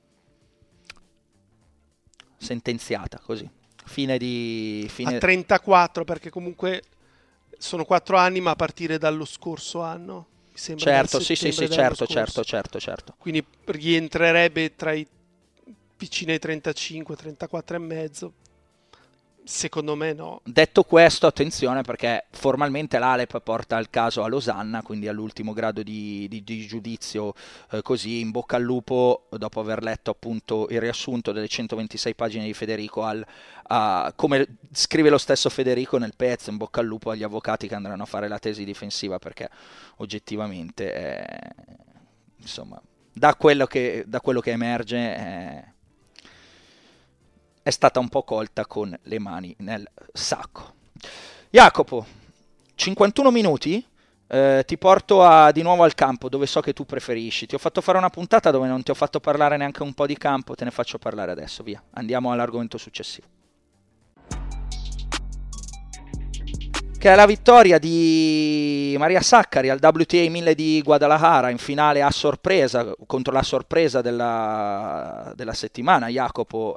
Sentenziata così. A 34 perché comunque sono 4 anni ma a partire dallo scorso anno. Certo, sì, certo. Quindi rientrerebbe tra i vicini ai 35, 34 e mezzo. Secondo me no. Detto questo, attenzione perché formalmente l'Alep porta il caso a Losanna, quindi all'ultimo grado di giudizio, così in bocca al lupo dopo aver letto appunto il riassunto delle 126 pagine di Federico come scrive lo stesso Federico nel pezzo, in bocca al lupo agli avvocati che andranno a fare la tesi difensiva perché oggettivamente insomma da quello che emerge è stata un po' colta con le mani nel sacco. Jacopo, 51 minuti, ti porto di nuovo al campo dove so che tu preferisci. Ti ho fatto fare una puntata dove non ti ho fatto parlare neanche un po' di campo, te ne faccio parlare adesso, via. Andiamo all'argomento successivo. Che è la vittoria di Maria Sakkari al WTA 1000 di Guadalajara in finale a sorpresa, contro la sorpresa della settimana, Jacopo,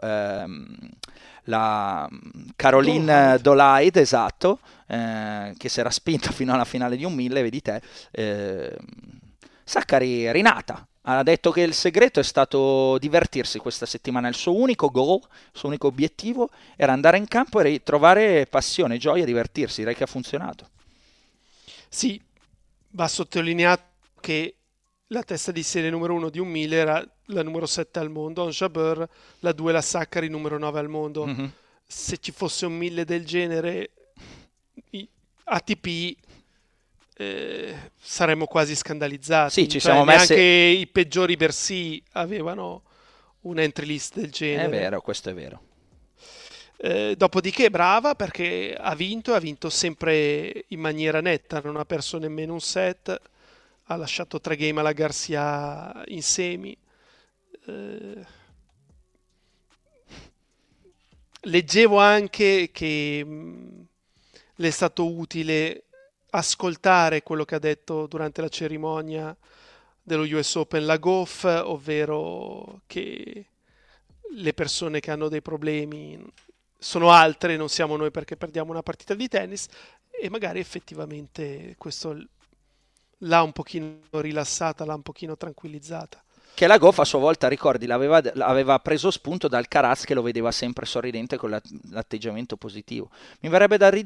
la Caroline Dolaide, esatto, che si era spinta fino alla finale di un 1000, vedi te. Sakkari rinata. Ha detto che il segreto è stato divertirsi questa settimana, il suo unico goal, il suo unico obiettivo era andare in campo e trovare passione, gioia, divertirsi, direi che ha funzionato. Sì, va sottolineato che la testa di serie numero 1 di un 1000 era la numero 7 al mondo, Ons Jabeur, la 2 la Sakkari, numero 9 al mondo. Mm-hmm. Se ci fosse un 1000 del genere, ATP... saremmo quasi scandalizzati. Sì, ci siamo messi... Anche i peggiori Bercy avevano un entry list del genere. È vero, questo è vero. Dopodiché brava perché ha vinto sempre in maniera netta, non ha perso nemmeno un set, ha lasciato 3 game alla Garcia in semi. Leggevo anche che le è stato utile ascoltare quello che ha detto durante la cerimonia dello US Open la Goff, ovvero che le persone che hanno dei problemi sono altre, non siamo noi perché perdiamo una partita di tennis, e magari effettivamente questo l'ha un pochino rilassata, l'ha un pochino tranquillizzata. Che la Gauff a sua volta, ricordi, aveva preso spunto dal Alcaraz, che lo vedeva sempre sorridente con l'atteggiamento positivo. Mi verrebbe da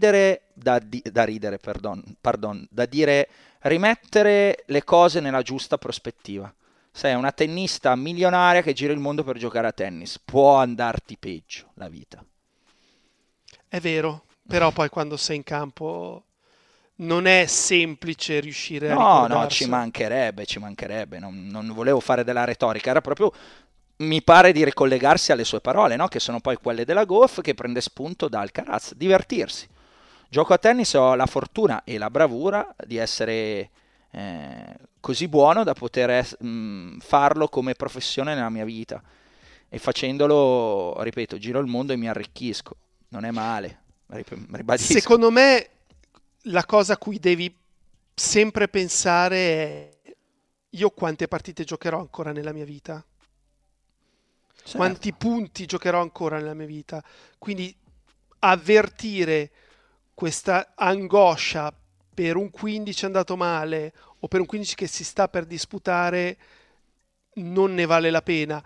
dire rimettere le cose nella giusta prospettiva. Sei una tennista milionaria che gira il mondo per giocare a tennis, può andarti peggio la vita. È vero, però poi quando sei in campo non è semplice riuscire a ricordarsi. No, ci mancherebbe, non volevo fare della retorica, era proprio, mi pare, di ricollegarsi alle sue parole, no? Che sono poi quelle della Gauff, che prende spunto da Alcaraz, divertirsi. Gioco a tennis, ho la fortuna e la bravura di essere così buono da poter farlo come professione nella mia vita, e facendolo, ripeto, giro il mondo e mi arricchisco, non è male, ribadisco. Secondo me la cosa a cui devi sempre pensare è: io quante partite giocherò ancora nella mia vita? Certo. Quanti punti giocherò ancora nella mia vita? Quindi avvertire questa angoscia per un 15 andato male o per un 15 che si sta per disputare non ne vale la pena.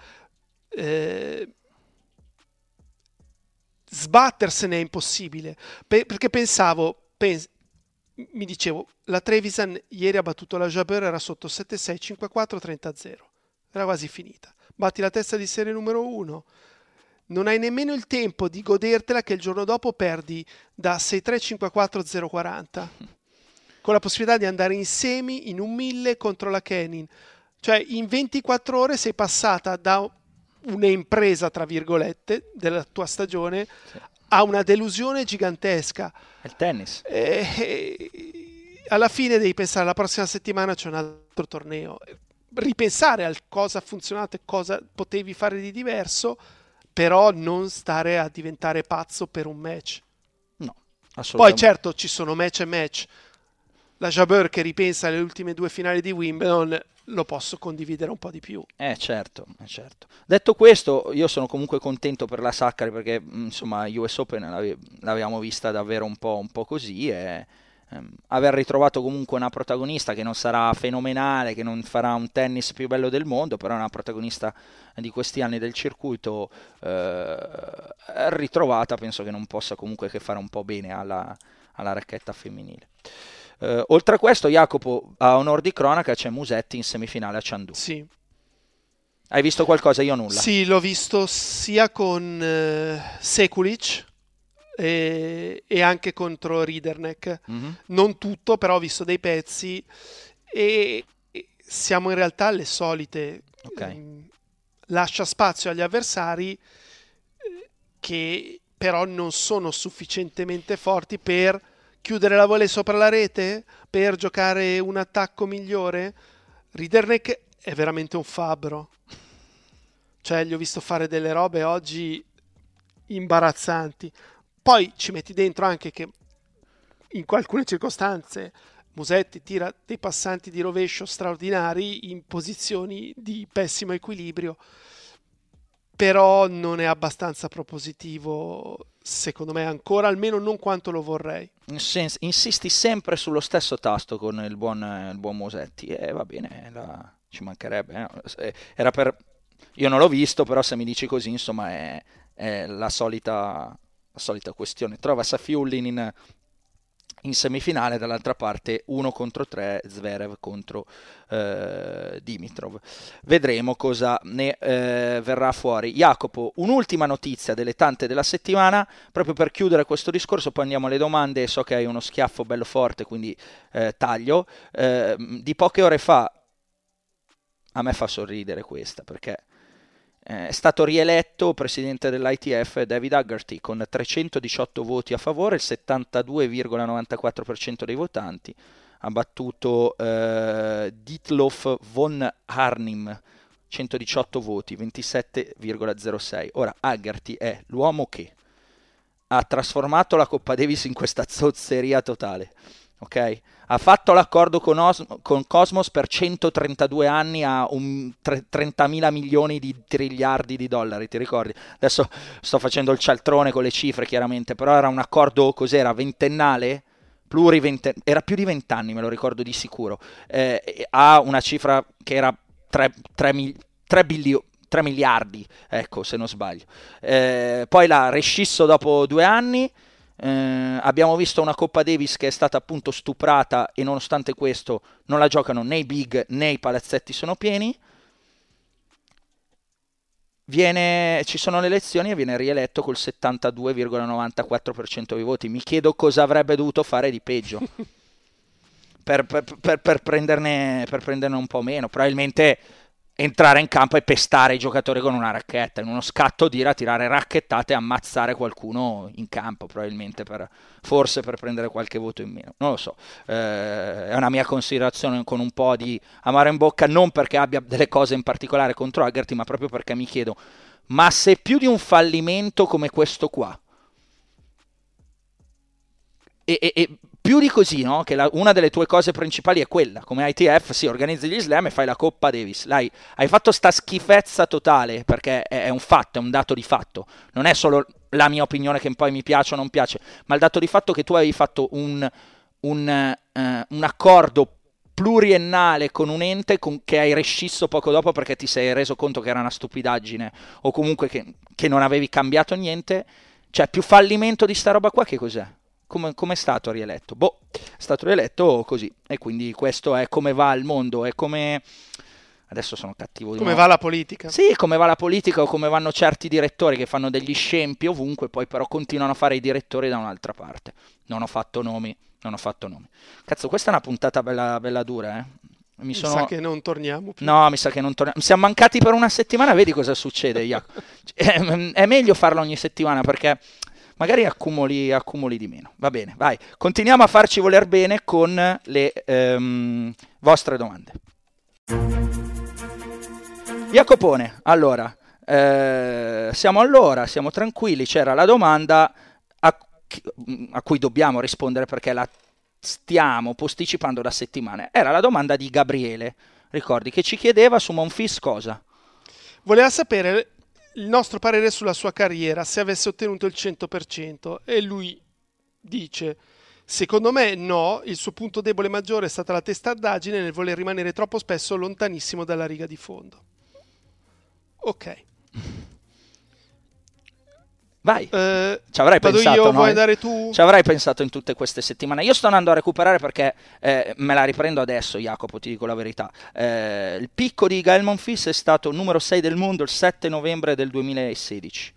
Sbattersene è impossibile, perché mi dicevo, la Trevisan ieri ha battuto la Jabeur, era sotto 7-6, 5-4, 30-0, era quasi finita. Batti la testa di serie numero 1, non hai nemmeno il tempo di godertela che il giorno dopo perdi da 6-3, 5-4, 0-40, con la possibilità di andare in semi in un 1000 contro la Kenin. Cioè in 24 ore sei passata da un'impresa, tra virgolette, della tua stagione, sì, a una delusione gigantesca. Il tennis. Alla fine devi pensare, la prossima settimana c'è un altro torneo, ripensare al cosa ha funzionato e cosa potevi fare di diverso, però non stare a diventare pazzo per un match. No, assolutamente. Poi certo ci sono match e match. La Jabeur che ripensa alle ultime 2 finali di Wimbledon lo posso condividere un po' di più. Certo. Detto questo, io sono comunque contento per la Sakkari, perché insomma US Open l'avevamo vista davvero un po' così, e aver ritrovato comunque una protagonista che non sarà fenomenale, che non farà un tennis più bello del mondo, però è una protagonista di questi anni del circuito ritrovata, penso che non possa comunque che fare un po' bene alla racchetta femminile. Oltre a questo, Jacopo, a onor di cronaca c'è Musetti in semifinale a Chengdu. Sì. Hai visto qualcosa? Io nulla. Sì, l'ho visto sia con Sekulic e anche contro Ridderneck. Mm-hmm. Non tutto, però ho visto dei pezzi e siamo in realtà alle solite. Okay. Lascia spazio agli avversari che però non sono sufficientemente forti per chiudere la volée sopra la rete, per giocare un attacco migliore. Ridderneck è veramente un fabbro. Cioè, gli ho visto fare delle robe oggi imbarazzanti. Poi ci metti dentro anche che in alcune circostanze Musetti tira dei passanti di rovescio straordinari in posizioni di pessimo equilibrio, però non è abbastanza propositivo, secondo me, ancora, almeno non quanto lo vorrei. Insisti sempre sullo stesso tasto con il buon Musetti, e va bene, ci mancherebbe. Io non l'ho visto, però se mi dici così, insomma, è la solita questione. Trova Safiullin in semifinale, dall'altra parte 1-3 Zverev contro Dimitrov. Vedremo cosa ne verrà fuori. Jacopo, un'ultima notizia delle tante della settimana, proprio per chiudere questo discorso, poi andiamo alle domande. So che hai uno schiaffo bello forte, quindi taglio. Di poche ore fa, a me fa sorridere questa, perché è stato rieletto presidente dell'ITF David Haggerty con 318 voti a favore, il 72,94% dei votanti. Ha battuto Dietlof von Arnim, 118 voti, 27,06. Ora, Haggerty è l'uomo che ha trasformato la Coppa Davis in questa zozzeria totale. ok? Ha fatto l'accordo con Cosmos per 132 anni a 30.000 milioni di triliardi di dollari, ti ricordi? Adesso sto facendo il cialtrone con le cifre chiaramente, però era un accordo, cos'era, ventennale? Era più di 20 anni, me lo ricordo di sicuro. Ha una cifra che era 3 miliardi, ecco, se non sbaglio. Poi l'ha rescisso dopo 2 anni. Abbiamo visto una Coppa Davis che è stata appunto stuprata e nonostante questo non la giocano né i big né i palazzetti sono pieni. Ci sono le elezioni e viene rieletto col 72,94% dei voti. Mi chiedo cosa avrebbe dovuto fare di peggio per prenderne un po' meno. Probabilmente entrare in campo e pestare i giocatori con una racchetta, in uno scatto d'ira tirare racchettate e ammazzare qualcuno in campo, probabilmente forse per prendere qualche voto in meno, non lo so. È una mia considerazione con un po' di amaro in bocca, non perché abbia delle cose in particolare contro Haggerty, ma proprio perché mi chiedo, ma se più di un fallimento come questo qua e più di così, no? Che una delle tue cose principali è quella, come ITF, sì, organizzi gli slam e fai la Coppa Davis. Hai fatto sta schifezza totale, perché è un fatto, è un dato di fatto. Non è solo la mia opinione che poi mi piace o non piace, ma il dato di fatto che tu avevi fatto un accordo pluriennale con un ente che hai rescisso poco dopo perché ti sei reso conto che era una stupidaggine o comunque che non avevi cambiato niente. Cioè, più fallimento di sta roba qua che cos'è? Come è stato rieletto? È stato rieletto così, e quindi questo è come va il mondo, è come... Adesso sono cattivo di come nuovo. Va la politica. Sì, come va la politica o come vanno certi direttori che fanno degli scempi ovunque, poi però continuano a fare i direttori da un'altra parte. Non ho fatto nomi. Cazzo, questa è una puntata bella dura, eh? Mi sa che non torniamo più. No, mi sa che non torniamo. Siamo mancati per una settimana, vedi cosa succede, Jacopo. È meglio farlo ogni settimana perché... magari accumuli di meno. Va bene, vai. Continuiamo a farci voler bene con le vostre domande. Jacopone, allora, siamo tranquilli. C'era la domanda a cui dobbiamo rispondere perché la stiamo posticipando da settimane. Era la domanda di Gabriele, ricordi, che ci chiedeva su Monfils cosa? Voleva sapere il nostro parere sulla sua carriera, se avesse ottenuto il 100%, e lui dice: secondo me no, il suo punto debole maggiore è stata la testardaggine nel voler rimanere troppo spesso lontanissimo dalla riga di fondo. Ok. Vai, ci avrai pensato, io, no? Vuoi andare tu? Ci avrai pensato in tutte queste settimane. Io sto andando a recuperare perché me la riprendo adesso, Jacopo, ti dico la verità. Il picco di Gael Monfils è stato numero 6 del mondo il 7 novembre del 2016.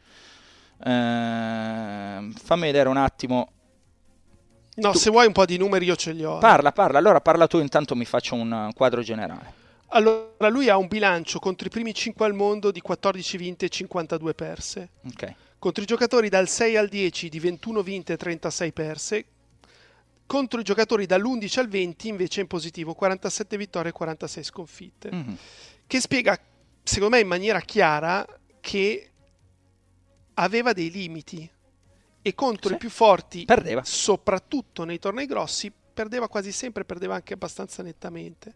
Fammi vedere un attimo. No, se vuoi un po' di numeri io ce li ho. Parla, allora parla tu, intanto mi faccio un quadro generale. Allora, lui ha un bilancio contro i primi 5 al mondo di 14 vinte e 52 perse. Ok. Contro i giocatori dal 6 al 10 di 21 vinte e 36 perse. Contro i giocatori dall'11 al 20 invece è in positivo 47 vittorie e 46 sconfitte. Mm-hmm. Che spiega, secondo me in maniera chiara, che aveva dei limiti e contro i più forti perdeva, soprattutto nei tornei grossi, perdeva quasi sempre, perdeva anche abbastanza nettamente.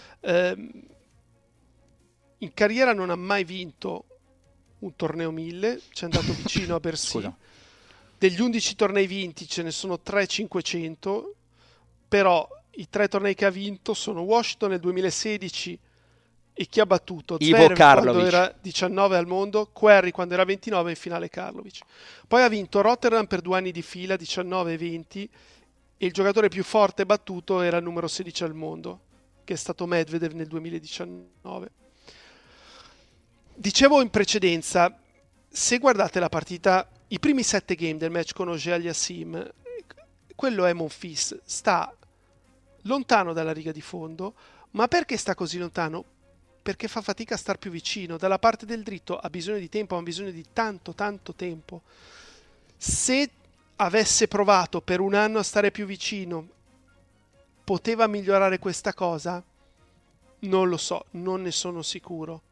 In carriera non ha mai vinto un torneo 1000, ci è andato vicino a Bercy. Degli 11 tornei vinti ce ne sono 3 500, però i 3 tornei che ha vinto sono Washington nel 2016 e chi ha battuto? Zverev quando era 19 al mondo, Querrey quando era 29 e in finale Karlovic. Poi ha vinto Rotterdam per 2 anni di fila, 19 e 20, e il giocatore più forte battuto era il numero 16 al mondo, che è stato Medvedev nel 2019. Dicevo in precedenza, se guardate la partita, i primi 7 game del match con Auger-Aliassime, quello è Monfils, sta lontano dalla riga di fondo, ma perché sta così lontano? Perché fa fatica a star più vicino. Dalla parte del dritto ha bisogno di tempo, ha bisogno di tanto tempo. Se avesse provato per un anno a stare più vicino, poteva migliorare questa cosa? Non lo so, non ne sono sicuro.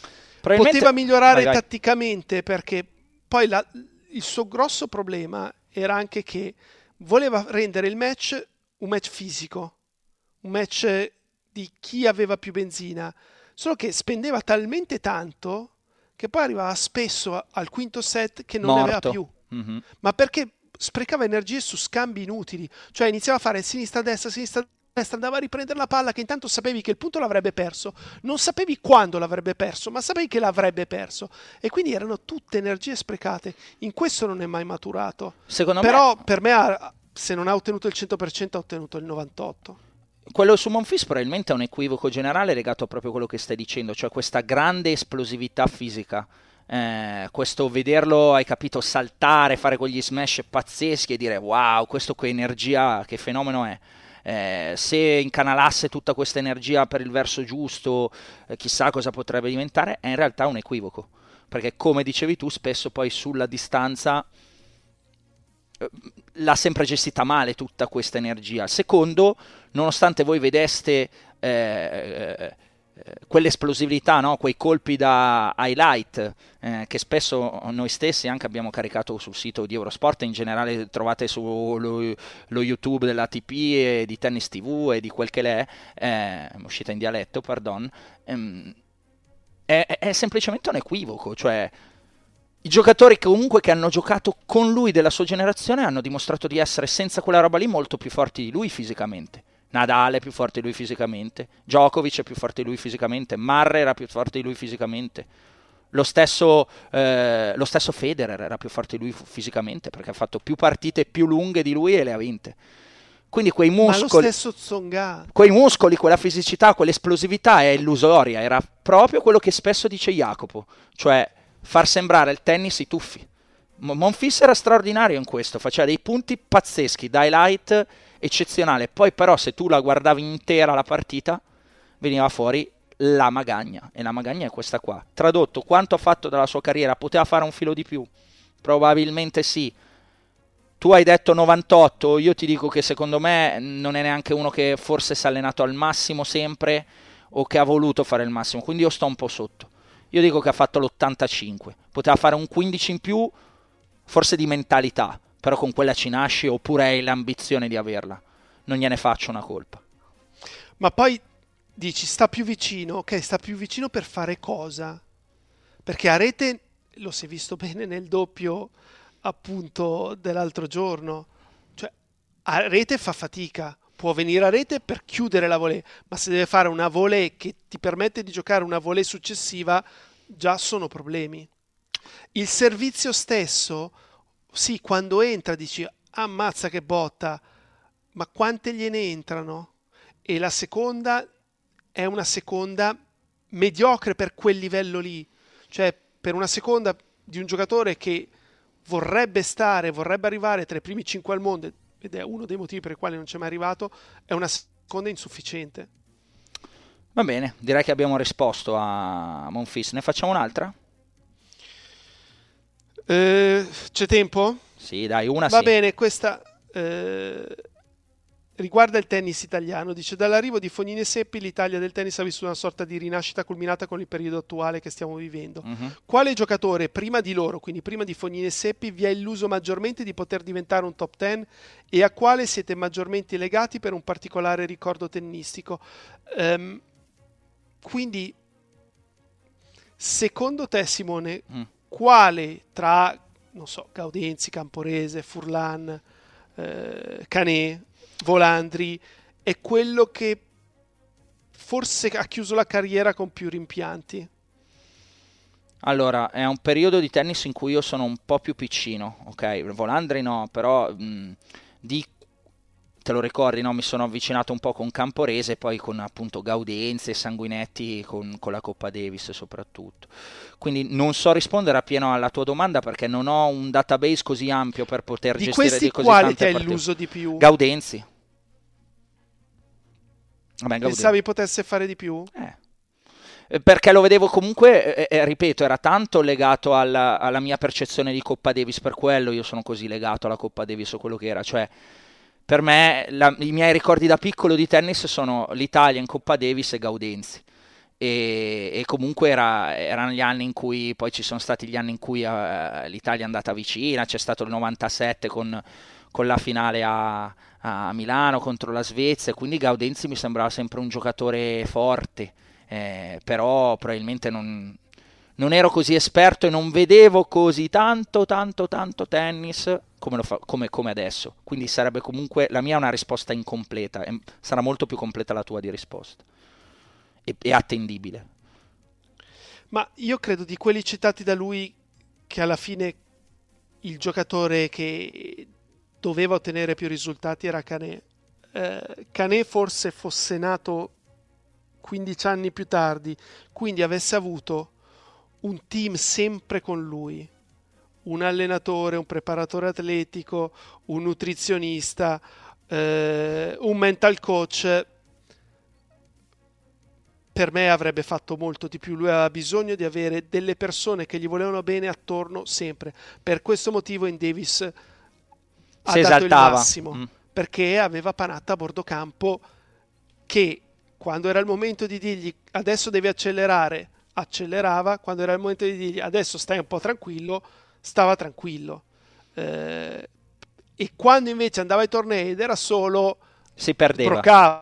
Poteva migliorare tatticamente, perché poi il suo grosso problema era anche che voleva rendere il match un match fisico, un match di chi aveva più benzina, solo che spendeva talmente tanto che poi arrivava spesso al quinto set che non ne aveva più. Mm-hmm. Ma perché sprecava energie su scambi inutili, cioè iniziava a fare sinistra-destra, andava a riprendere la palla che intanto sapevi che il punto l'avrebbe perso, non sapevi quando l'avrebbe perso, ma sapevi che l'avrebbe perso, e quindi erano tutte energie sprecate. In questo non è mai maturato. Però per me se non ha ottenuto il 100% ha ottenuto il 98%. Quello su Monfils probabilmente è un equivoco generale legato a proprio quello che stai dicendo, cioè questa grande esplosività fisica, questo vederlo, hai capito, saltare, fare quegli smash pazzeschi e dire wow, questo che energia, che fenomeno è. Se incanalasse tutta questa energia per il verso giusto, chissà cosa potrebbe diventare. È in realtà un equivoco, perché come dicevi tu spesso poi sulla distanza l'ha sempre gestita male tutta questa energia. Secondo, nonostante voi vedeste quell'esplosività, no? Quei colpi da highlight che spesso noi stessi anche abbiamo caricato sul sito di Eurosport, in generale trovate sullo YouTube dell'ATP e di Tennis TV e di quel che l'è, uscita in dialetto, pardon, è semplicemente un equivoco, cioè i giocatori comunque che hanno giocato con lui della sua generazione hanno dimostrato di essere senza quella roba lì molto più forti di lui fisicamente. Nadal è più forte di lui fisicamente, Djokovic è più forte di lui fisicamente, Murray era più forte di lui fisicamente, lo stesso Federer era più forte di lui fisicamente perché ha fatto più partite più lunghe di lui e le ha vinte. Quindi quei muscoli, ma lo stesso Tsonga, quei muscoli, quella fisicità, quell'esplosività è illusoria, era proprio quello che spesso dice Jacopo, cioè far sembrare il tennis i tuffi. Monfils era straordinario in questo, faceva dei punti pazzeschi, da highlight eccezionale, poi però se tu la guardavi intera la partita veniva fuori la magagna, e la magagna è questa qua. Tradotto, quanto ha fatto dalla sua carriera? Poteva fare un filo di più? Probabilmente sì. Tu hai detto 98, io ti dico che secondo me non è neanche uno che forse si è allenato al massimo sempre o che ha voluto fare il massimo, quindi io sto un po' sotto. Io dico che ha fatto l'85, poteva fare un 15 in più, forse di mentalità, però con quella ci nasci, oppure hai l'ambizione di averla. Non gliene faccio una colpa. Ma poi dici, sta più vicino, ok, sta più vicino per fare cosa? Perché a rete, lo si è visto bene nel doppio appunto dell'altro giorno, cioè a rete fa fatica. Può venire a rete per chiudere la volée, ma se deve fare una volée che ti permette di giocare una volée successiva, già sono problemi. Il servizio stesso, sì, quando entra dici ammazza che botta, ma quante gliene entrano? E la seconda è una seconda mediocre per quel livello lì, cioè per una seconda di un giocatore che vorrebbe arrivare tra i primi 5 al mondo, ed è uno dei motivi per i quali non c'è mai arrivato, è una seconda insufficiente. Va bene, direi che abbiamo risposto a Monfils. Ne facciamo un'altra? C'è tempo? Sì, dai, una Va sì. bene, questa riguarda il tennis italiano. Dice, dall'arrivo di Fognini e Seppi l'Italia del tennis ha vissuto una sorta di rinascita culminata con il periodo attuale che stiamo vivendo. Quale giocatore prima di loro, quindi prima di Fognini e Seppi, vi ha illuso maggiormente di poter diventare un top 10 e a quale siete maggiormente legati per un particolare ricordo tennistico? Quindi secondo te, Simone, quale tra, non so, Gaudenzi, Camporese, Furlan, Canè, Volandri è quello che forse ha chiuso la carriera con più rimpianti? Allora, è un periodo di tennis in cui io sono un po' più piccino, ok? Volandri no, però te lo ricordi, no? Mi sono avvicinato un po' con Camporese, poi con appunto Gaudenzi e Sanguinetti con la Coppa Davis soprattutto. Quindi non so rispondere appieno alla tua domanda perché non ho un database così ampio per poter gestire di così tante partite. Di questi quale ti ha illuso di più? Gaudenzi. Vabbè, pensavi potesse fare di più? Perché lo vedevo comunque, ripeto, era tanto legato alla mia percezione di Coppa Davis, per quello io sono così legato alla Coppa Davis o quello che era, cioè per me i miei ricordi da piccolo di tennis sono l'Italia in Coppa Davis e Gaudenzi, e comunque erano gli anni in cui poi ci sono stati gli anni in cui l'Italia è andata vicina, c'è stato il 97 con la finale a Milano contro la Svezia, quindi Gaudenzi mi sembrava sempre un giocatore forte, però probabilmente non ero così esperto e non vedevo così tanto tennis come adesso, quindi sarebbe comunque la mia è una risposta incompleta, sarà molto più completa la tua di risposta e attendibile. Ma io credo di quelli citati da lui che alla fine il giocatore che doveva ottenere più risultati era Canet. Canet forse fosse nato 15 anni più tardi, quindi avesse avuto un team sempre con lui, un allenatore, un preparatore atletico, un nutrizionista, un mental coach, per me avrebbe fatto molto di più. Lui aveva bisogno di avere delle persone che gli volevano bene attorno sempre. Per questo motivo in Davis ha dato esaltava il massimo, perché aveva Panatta a bordo campo che quando era il momento di dirgli adesso devi accelerare, accelerava, quando era il momento di dirgli adesso stai un po' tranquillo, stava tranquillo. E quando invece andava ai tornei ed era solo, si perdeva, broccava.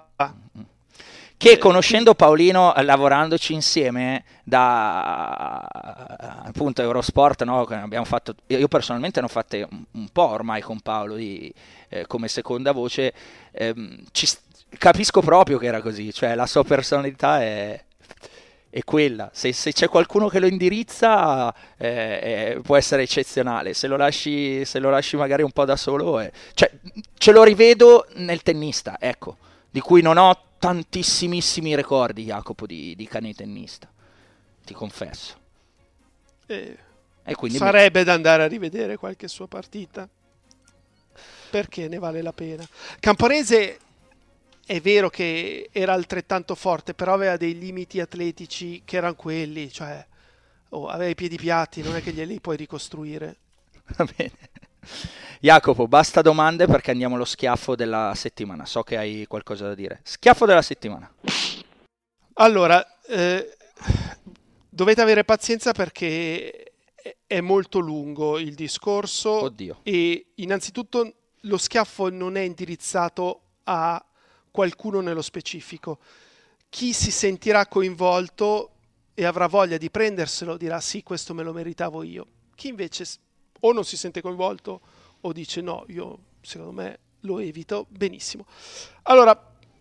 Che conoscendo Paolino, lavorandoci insieme da appunto Eurosport, no? Abbiamo fatto, io personalmente ne ho fatte un po' ormai con Paolo come seconda voce, capisco proprio che era così, cioè la sua personalità è quella, se c'è qualcuno che lo indirizza può essere eccezionale, se lo lasci magari un po' da solo, cioè, ce lo rivedo nel tennista, ecco, di cui non ho tantissimissimi ricordi, Jacopo, di Canet tennista, ti confesso. E quindi sarebbe da andare a rivedere qualche sua partita, perché ne vale la pena. Camporese è vero che era altrettanto forte, però aveva dei limiti atletici che erano quelli, cioè aveva i piedi piatti, non è che glieli puoi ricostruire. Va bene. Jacopo, basta domande perché andiamo allo schiaffo della settimana. So che hai qualcosa da dire. Schiaffo della settimana. Allora, dovete avere pazienza perché è molto lungo il discorso. Oddio. E innanzitutto lo schiaffo non è indirizzato a qualcuno nello specifico. Chi si sentirà coinvolto e avrà voglia di prenderselo dirà sì, questo me lo meritavo io. Chi invece o non si sente coinvolto o dice no, io secondo me lo evito, benissimo. Allora,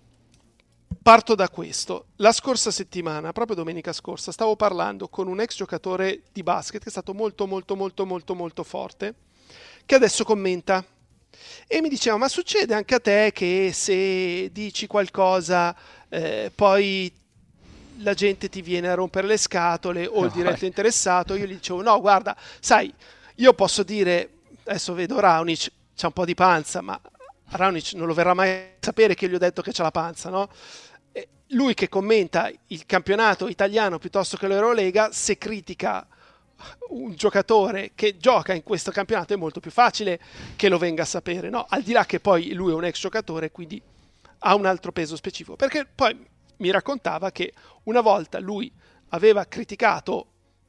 parto da questo. La scorsa settimana, proprio domenica scorsa, stavo parlando con un ex giocatore di basket che è stato molto forte, che adesso commenta e mi diceva: ma succede anche a te che se dici qualcosa poi la gente ti viene a rompere le scatole o il diretto interessato? Io gli dicevo: no, guarda, sai, io posso dire, adesso vedo Raonic, c'ha un po' di panza, ma Raonic non lo verrà mai a sapere che gli ho detto che c'ha la panza, no? Lui che commenta il campionato italiano piuttosto che l'Eurolega, se critica un giocatore che gioca in questo campionato è molto più facile che lo venga a sapere, no? Al di là che poi lui è un ex giocatore, quindi ha un altro peso specifico, perché poi mi raccontava che una volta lui aveva criticato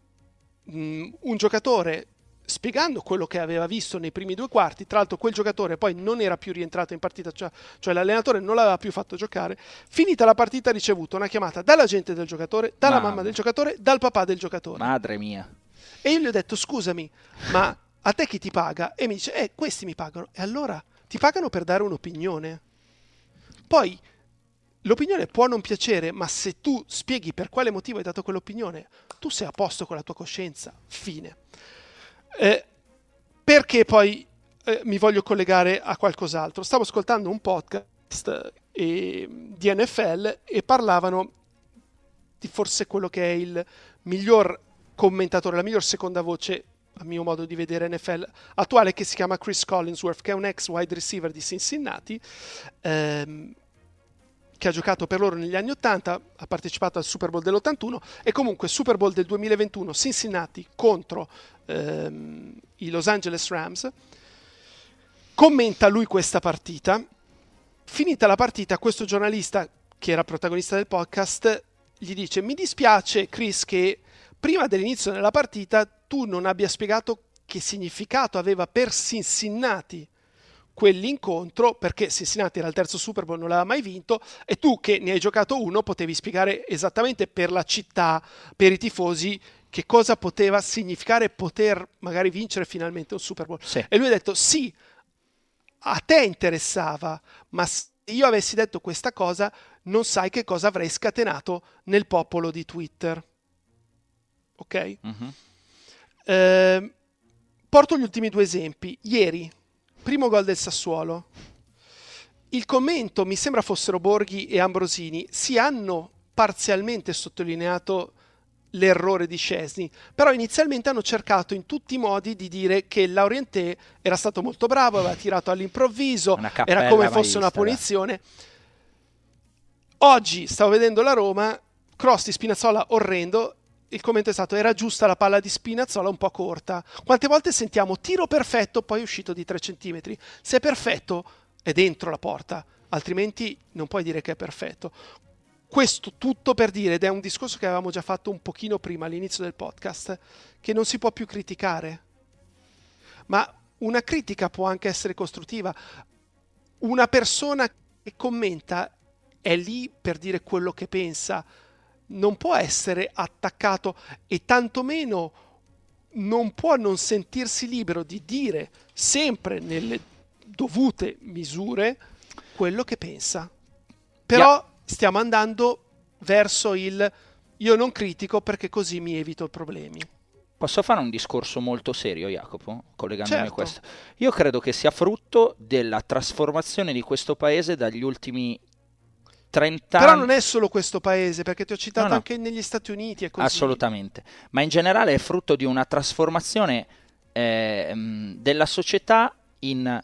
un giocatore spiegando quello che aveva visto nei primi 2 quarti. Tra l'altro quel giocatore poi non era più rientrato in partita, cioè l'allenatore non l'aveva più fatto giocare. Finita la partita ha ricevuto una chiamata dall'agente del giocatore, dalla mamma del giocatore, dal papà del giocatore. Madre mia. E io gli ho detto: scusami, ma a te chi ti paga? E mi dice: questi mi pagano. E allora ti pagano per dare un'opinione. Poi l'opinione può non piacere, ma se tu spieghi per quale motivo hai dato quell'opinione, tu sei a posto con la tua coscienza. Fine. Perché poi mi voglio collegare a qualcos'altro. Stavo ascoltando un podcast di NFL e parlavano di forse quello che è il miglior commentatore, la miglior seconda voce, a mio modo di vedere, NFL attuale, che si chiama Chris Collinsworth, che è un ex wide receiver di Cincinnati, che ha giocato per loro negli anni 80, ha partecipato al Super Bowl dell'81 e comunque Super Bowl del 2021 Cincinnati contro i Los Angeles Rams. Commenta lui questa partita. Finita la partita, questo giornalista che era protagonista del podcast gli dice: mi dispiace Chris che prima dell'inizio della partita tu non abbia spiegato che significato aveva per Cincinnati quell'incontro, perché Cincinnati era il terzo Super Bowl, non l'aveva mai vinto, e tu che ne hai giocato uno potevi spiegare esattamente per la città, per i tifosi, che cosa poteva significare poter magari vincere finalmente un Super Bowl. Sì. E lui ha detto: sì, a te interessava, ma se io avessi detto questa cosa non sai che cosa avrei scatenato nel popolo di Twitter. Ok? Porto gli ultimi due esempi. Ieri, primo gol del Sassuolo. Il commento, mi sembra fossero Borghi e Ambrosini, si hanno parzialmente sottolineato l'errore di Szczęsny, però inizialmente hanno cercato in tutti i modi di dire che Laurienté era stato molto bravo, aveva tirato all'improvviso, era come fosse una punizione. Oggi stavo vedendo la Roma, cross di Spinazzola orrendo, il commento è stato: era giusta la palla di Spinazzola, un po' corta. Quante volte sentiamo tiro perfetto, poi è uscito di 3 centimetri. Se è perfetto è dentro la porta, altrimenti non puoi dire che è perfetto. Questo tutto per dire, ed è un discorso che avevamo già fatto un pochino prima all'inizio del podcast, che non si può più criticare. Ma una critica può anche essere costruttiva. Una persona che commenta è lì per dire quello che pensa, non può essere attaccato, e tantomeno non può non sentirsi libero di dire sempre nelle dovute misure quello che pensa. Però stiamo andando verso il io non critico perché così mi evito problemi. Posso fare un discorso molto serio, Jacopo, collegandomi Certo. a questo? Io credo che sia frutto della trasformazione di questo paese dagli ultimi 30 anni. Però non è solo questo paese, perché ti ho citato No. anche negli Stati Uniti. È così. Assolutamente, ma in generale è frutto di una trasformazione della società in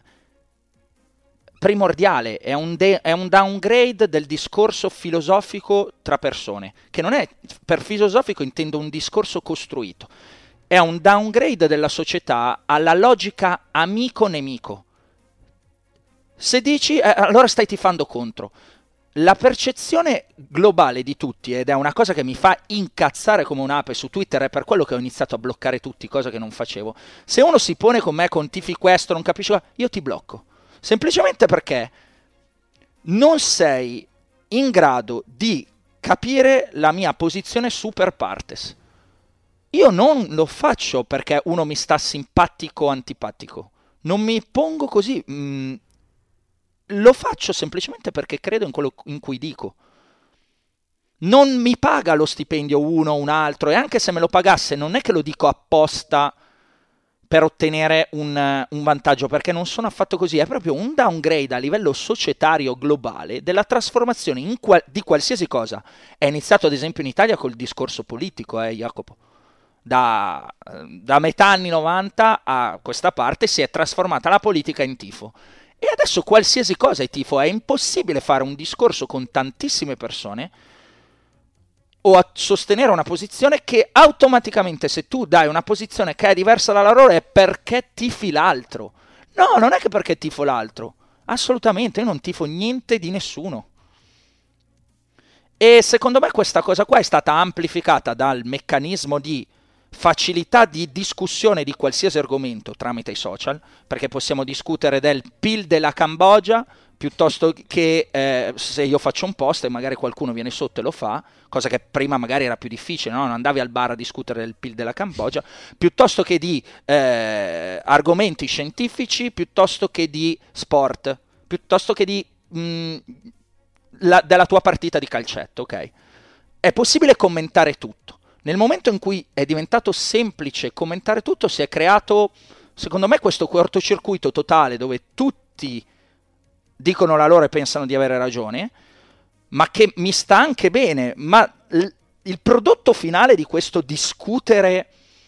primordiale, è un downgrade del discorso filosofico tra persone, che non è, per filosofico intendo un discorso costruito, è un downgrade della società alla logica amico-nemico. Se dici, allora stai tifando contro. La percezione globale di tutti, ed è una cosa che mi fa incazzare come un'ape su Twitter, è per quello che ho iniziato a bloccare tutti, cosa che non facevo. Se uno si pone con me con tifi questo, non capisci, io ti blocco. Semplicemente perché non sei in grado di capire la mia posizione super partes. Io non lo faccio perché uno mi sta simpatico o antipatico. Non mi pongo così. Lo faccio semplicemente perché credo in quello in cui dico. Non mi paga lo stipendio uno o un altro, e anche se me lo pagasse non è che lo dico apposta per ottenere un vantaggio, perché non sono affatto così. È proprio un downgrade a livello societario globale della trasformazione di qualsiasi cosa. È iniziato ad esempio in Italia col discorso politico, Jacopo. Da metà anni 90 a questa parte si è trasformata la politica in tifo. E adesso qualsiasi cosa è tifo. È impossibile fare un discorso con tantissime persone o a sostenere una posizione che automaticamente, se tu dai una posizione che è diversa dalla loro, è perché tifi l'altro. No, non è che perché tifo l'altro. Assolutamente, io non tifo niente di nessuno. E secondo me questa cosa qua è stata amplificata dal meccanismo di facilità di discussione di qualsiasi argomento tramite i social, perché possiamo discutere del PIL della Cambogia piuttosto che se io faccio un post e magari qualcuno viene sotto e lo fa, cosa che prima magari era più difficile, no? Non andavi al bar a discutere del PIL della Cambogia, piuttosto che di argomenti scientifici, piuttosto che di sport, piuttosto che di della tua partita di calcetto, ok? È possibile commentare tutto. Nel momento in cui è diventato semplice commentare tutto, si è creato, secondo me, questo cortocircuito totale dove tutti dicono la loro e pensano di avere ragione, ma che mi sta anche bene. Ma il prodotto finale di questo discutere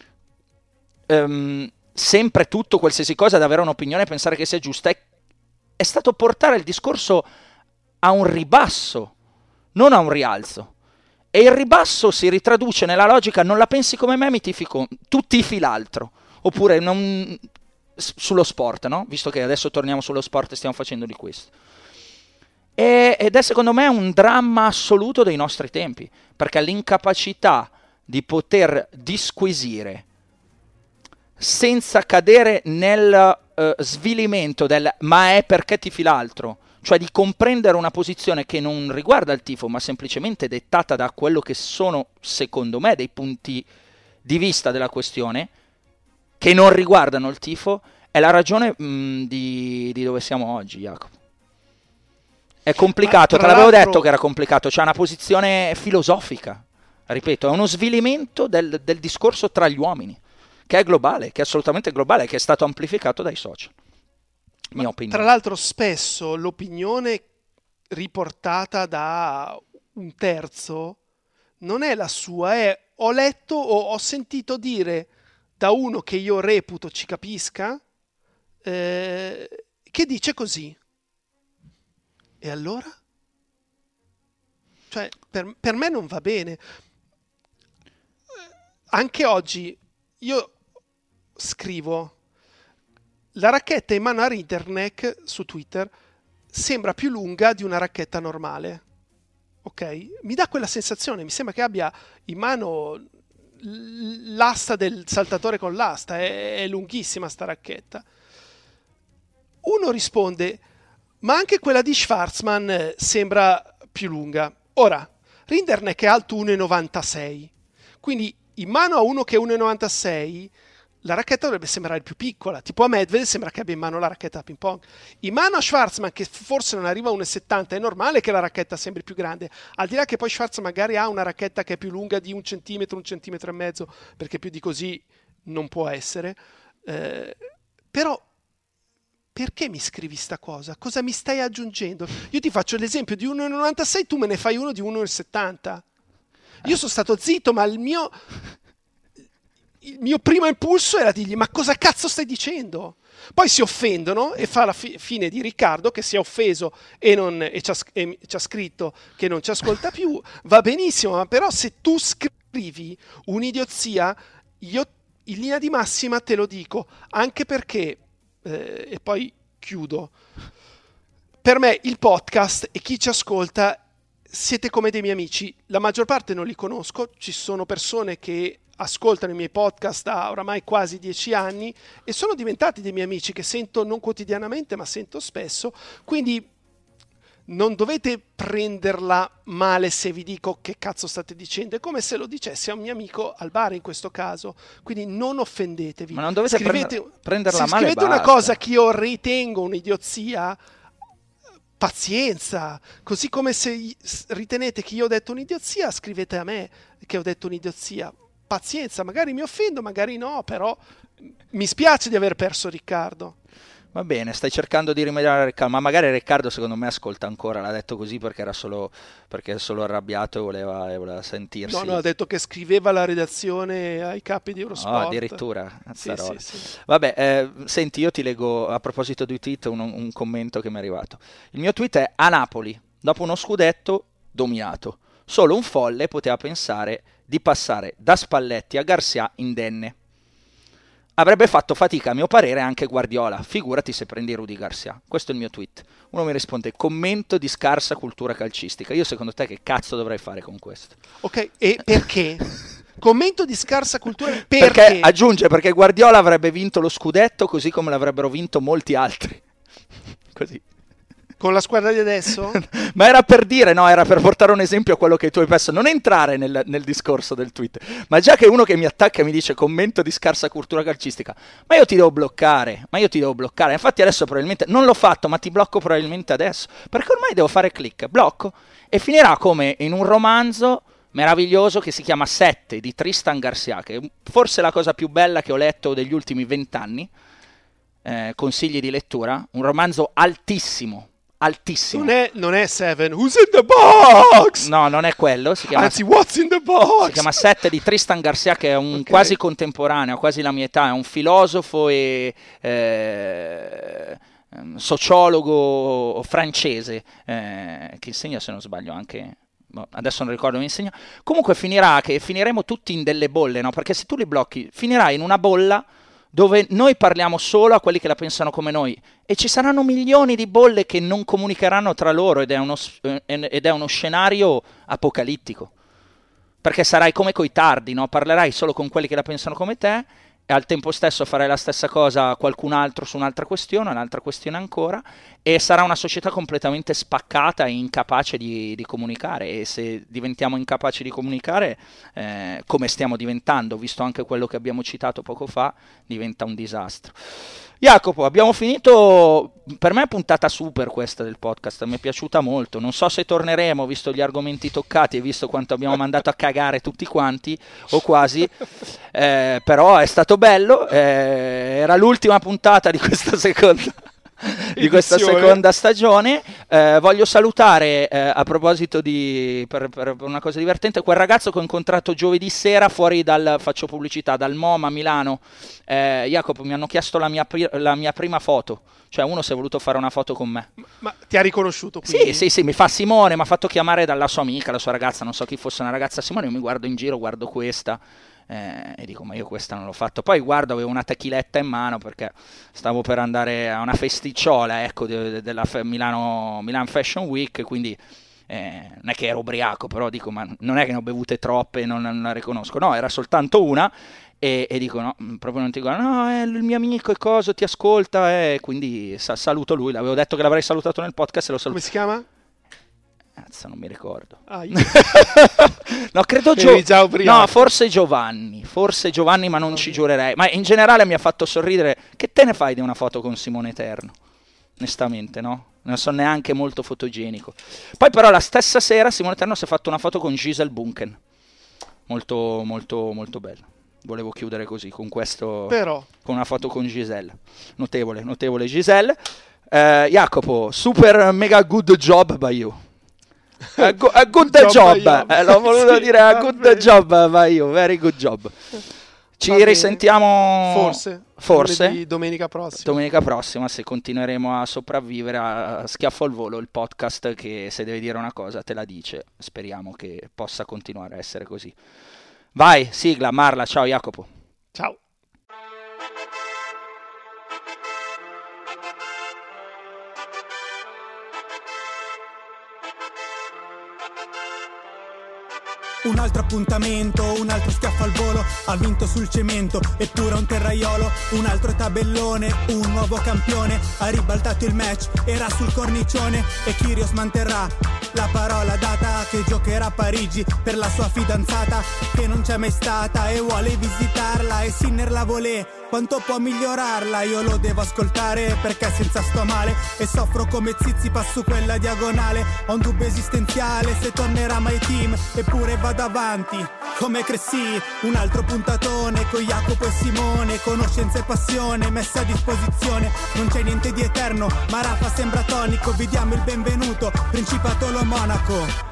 sempre tutto, qualsiasi cosa, ad avere un'opinione e pensare che sia giusta, è stato portare il discorso a un ribasso, non a un rialzo. E il ribasso si ritraduce nella logica: non la pensi come me, tu tifi l'altro. Oppure sullo sport, no? Visto che adesso torniamo sullo sport e stiamo facendo di questo. ed è secondo me un dramma assoluto dei nostri tempi, perché l'incapacità di poter disquisire senza cadere nel svilimento del ma è perché tifi l'altro, cioè di comprendere una posizione che non riguarda il tifo ma semplicemente dettata da quello che sono secondo me dei punti di vista della questione che non riguardano il tifo, è la ragione di dove siamo oggi, Jacopo. È complicato, te l'avevo detto che era complicato, c'è una posizione filosofica, ripeto, è uno svilimento del discorso tra gli uomini, che è globale, che è assolutamente globale, che è stato amplificato dai social. Mia opinione. Tra l'altro spesso l'opinione riportata da un terzo non è la sua, è ho letto o ho sentito dire da uno che io reputo ci capisca, che dice così. E allora? Cioè, per me non va bene. Anche oggi io scrivo: la racchetta in mano a Rinderknech su Twitter sembra più lunga di una racchetta normale. Ok? Mi dà quella sensazione, mi sembra che abbia in mano l'asta del saltatore con l'asta, è lunghissima sta racchetta. Uno risponde: ma anche quella di Schwarzman sembra più lunga. Ora, Rinderknech è alto 1,96, quindi in mano a uno che è 1,96 la racchetta dovrebbe sembrare più piccola, tipo a Medvedev sembra che abbia in mano la racchetta da ping pong. In mano a Schwarzman, che forse non arriva a 1,70, è normale che la racchetta sembri più grande, al di là che poi Schwarzman magari ha una racchetta che è più lunga di 1 centimetro, 1,5 centimetri, perché più di così non può essere. Però perché mi scrivi sta cosa? Cosa mi stai aggiungendo? Io ti faccio l'esempio di 1,96, tu me ne fai uno di 1,70. Io sono stato zitto, ma il mio primo impulso era dirgli: ma cosa cazzo stai dicendo? Poi si offendono e fa la fine di Riccardo che si è offeso e ci ha scritto che non ci ascolta più. Va benissimo, ma però se tu scrivi un'idiozia, io in linea di massima te lo dico, anche perché e poi chiudo, per me il podcast e chi ci ascolta siete come dei miei amici. La maggior parte non li conosco, ci sono persone che ascoltano i miei podcast da oramai quasi 10 anni e sono diventati dei miei amici che sento non quotidianamente ma sento spesso, quindi non dovete prenderla male se vi dico che cazzo state dicendo, è come se lo dicessi a un mio amico al bar in questo caso, quindi non offendetevi. Ma non dovete prenderla male. Scrivete una cosa che io ritengo un'idiozia, pazienza, così come se ritenete che io ho detto un'idiozia, scrivete a me che ho detto un'idiozia, pazienza, magari mi offendo, magari no, però mi spiace di aver perso Riccardo. Va bene, stai cercando di rimediare a Riccardo, ma magari Riccardo secondo me ascolta ancora, l'ha detto così perché era solo arrabbiato e voleva sentirsi. No, ha detto che scriveva la redazione ai capi di Eurosport. No, addirittura. Sì. Vabbè, senti, io ti leggo a proposito di tweet un commento che mi è arrivato. Il mio tweet è: a Napoli, dopo uno scudetto dominato, solo un folle poteva pensare di passare da Spalletti a Garcia indenne. Avrebbe fatto fatica, a mio parere, anche Guardiola. Figurati se prendi Rudy Garcia. Questo è il mio tweet. Uno mi risponde: commento di scarsa cultura calcistica. Io secondo te che cazzo dovrei fare con questo? Ok, e perché? Commento di scarsa cultura perché aggiunge, perché Guardiola avrebbe vinto lo scudetto così come l'avrebbero vinto molti altri. Così. Con la squadra di adesso? Ma era per dire, no, era per portare un esempio a quello che tu hai perso. Non entrare nel discorso del tweet. Ma già che uno che mi attacca e mi dice commento di scarsa cultura calcistica, ma io ti devo bloccare. Infatti adesso probabilmente, non l'ho fatto, ma ti blocco probabilmente adesso. Perché ormai devo fare click, blocco. E finirà come in un romanzo meraviglioso che si chiama 7 di Tristan Garcia, che è forse la cosa più bella che ho letto degli ultimi 20 anni. Consigli di lettura. Un romanzo altissimo. Non è Seven, who's in the box? No, non è quello. Anzi, what's in the box? Si chiama 7 di Tristan Garcia, che è un quasi contemporaneo, quasi la mia età, è un filosofo e sociologo francese che insegna, se non sbaglio, anche... adesso non ricordo, mi insegna. Comunque finirà che finiremo tutti in delle bolle, no? Perché se tu li blocchi, finirai in una bolla dove noi parliamo solo a quelli che la pensano come noi e ci saranno milioni di bolle che non comunicheranno tra loro ed è uno scenario apocalittico, perché sarai come coi tardi, no? Parlerai solo con quelli che la pensano come te e al tempo stesso farai la stessa cosa a qualcun altro su un'altra questione ancora, e sarà una società completamente spaccata e incapace di comunicare. E se diventiamo incapaci di comunicare, come stiamo diventando, visto anche quello che abbiamo citato poco fa, diventa un disastro. Jacopo, abbiamo finito. Per me è puntata super questa del podcast, mi è piaciuta molto. Non so se torneremo, visto gli argomenti toccati e visto quanto abbiamo mandato a cagare tutti quanti, o quasi, però è stato bello. Era l'ultima puntata di questa seconda stagione. Voglio salutare, a proposito per una cosa divertente, quel ragazzo che ho incontrato giovedì sera fuori faccio pubblicità, dal MoMA a Milano. Jacopo, mi hanno chiesto la mia prima foto, cioè uno si è voluto fare una foto con me. Ma ti ha riconosciuto? Quindi? Sì, mi fa Simone, mi ha fatto chiamare dalla sua amica, la sua ragazza, non so chi fosse, una ragazza Simone. Io mi guardo in giro, guardo questa e dico, ma io questa non l'ho fatto. Poi guardo, avevo una tequiletta in mano perché stavo per andare a una festicciola, ecco, della Milan Fashion Week, quindi non è che ero ubriaco, però dico, ma non è che ne ho bevute troppe e non la riconosco, no, era soltanto una. E dico, no, proprio non ti guarda, no, è il mio amico e cosa, ti ascolta, quindi saluto lui. L'avevo detto che l'avrei salutato nel podcast e lo saluto. Come si chiama? Cazzo, non mi ricordo. No, credo no, forse Giovanni, ma non ci giurerei. Ma in generale mi ha fatto sorridere. Che te ne fai di una foto con Simone Eterno? Onestamente, no? Non sono neanche molto fotogenico. Poi però la stessa sera Simone Eterno si è fatto una foto con Giselle Bunchen. Molto, molto, molto bella. Volevo chiudere così, con questo, però, con una foto con Giselle. Notevole Giselle. Jacopo, super mega good job by you. A good job. L'ho voluto dire, a good job by you. Very good job. Ci risentiamo forse domenica prossima, se continueremo a sopravvivere a Schiaffo al Volo, il podcast che se deve dire una cosa te la dice. Speriamo che possa continuare a essere così. Vai, sigla, Marla, ciao Jacopo. Ciao. Un altro appuntamento, un altro schiaffo al volo, ha vinto sul cemento, eppure un terraiolo, un altro tabellone, un nuovo campione, ha ribaltato il match, era sul cornicione e Kyrgios manterrà la parola data che giocherà a Parigi per la sua fidanzata che non c'è mai stata e vuole visitarla e Sinner la volè. Quanto può migliorarla? Io lo devo ascoltare perché senza sto male e soffro come Zizipas su quella diagonale. Ho un dubbio esistenziale se tornerà mai team, eppure vado avanti come Cressy. Un altro puntatone con Jacopo e Simone, conoscenza e passione messa a disposizione. Non c'è niente di eterno, ma Rafa sembra tonico. Vi diamo il benvenuto, Principato lo Monaco.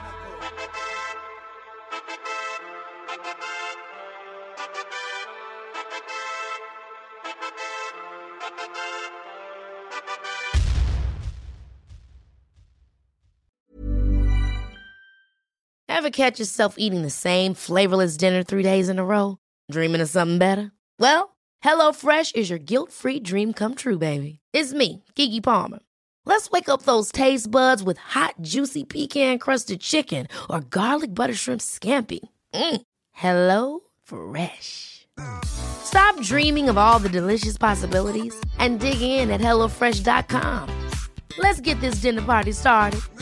Ever catch yourself eating the same flavorless dinner 3 days in a row? Dreaming of something better? Well, HelloFresh is your guilt-free dream come true, baby. It's me, Keke Palmer. Let's wake up those taste buds with hot, juicy pecan-crusted chicken or garlic butter shrimp scampi. Hello Fresh. Stop dreaming of all the delicious possibilities and dig in at HelloFresh.com. Let's get this dinner party started.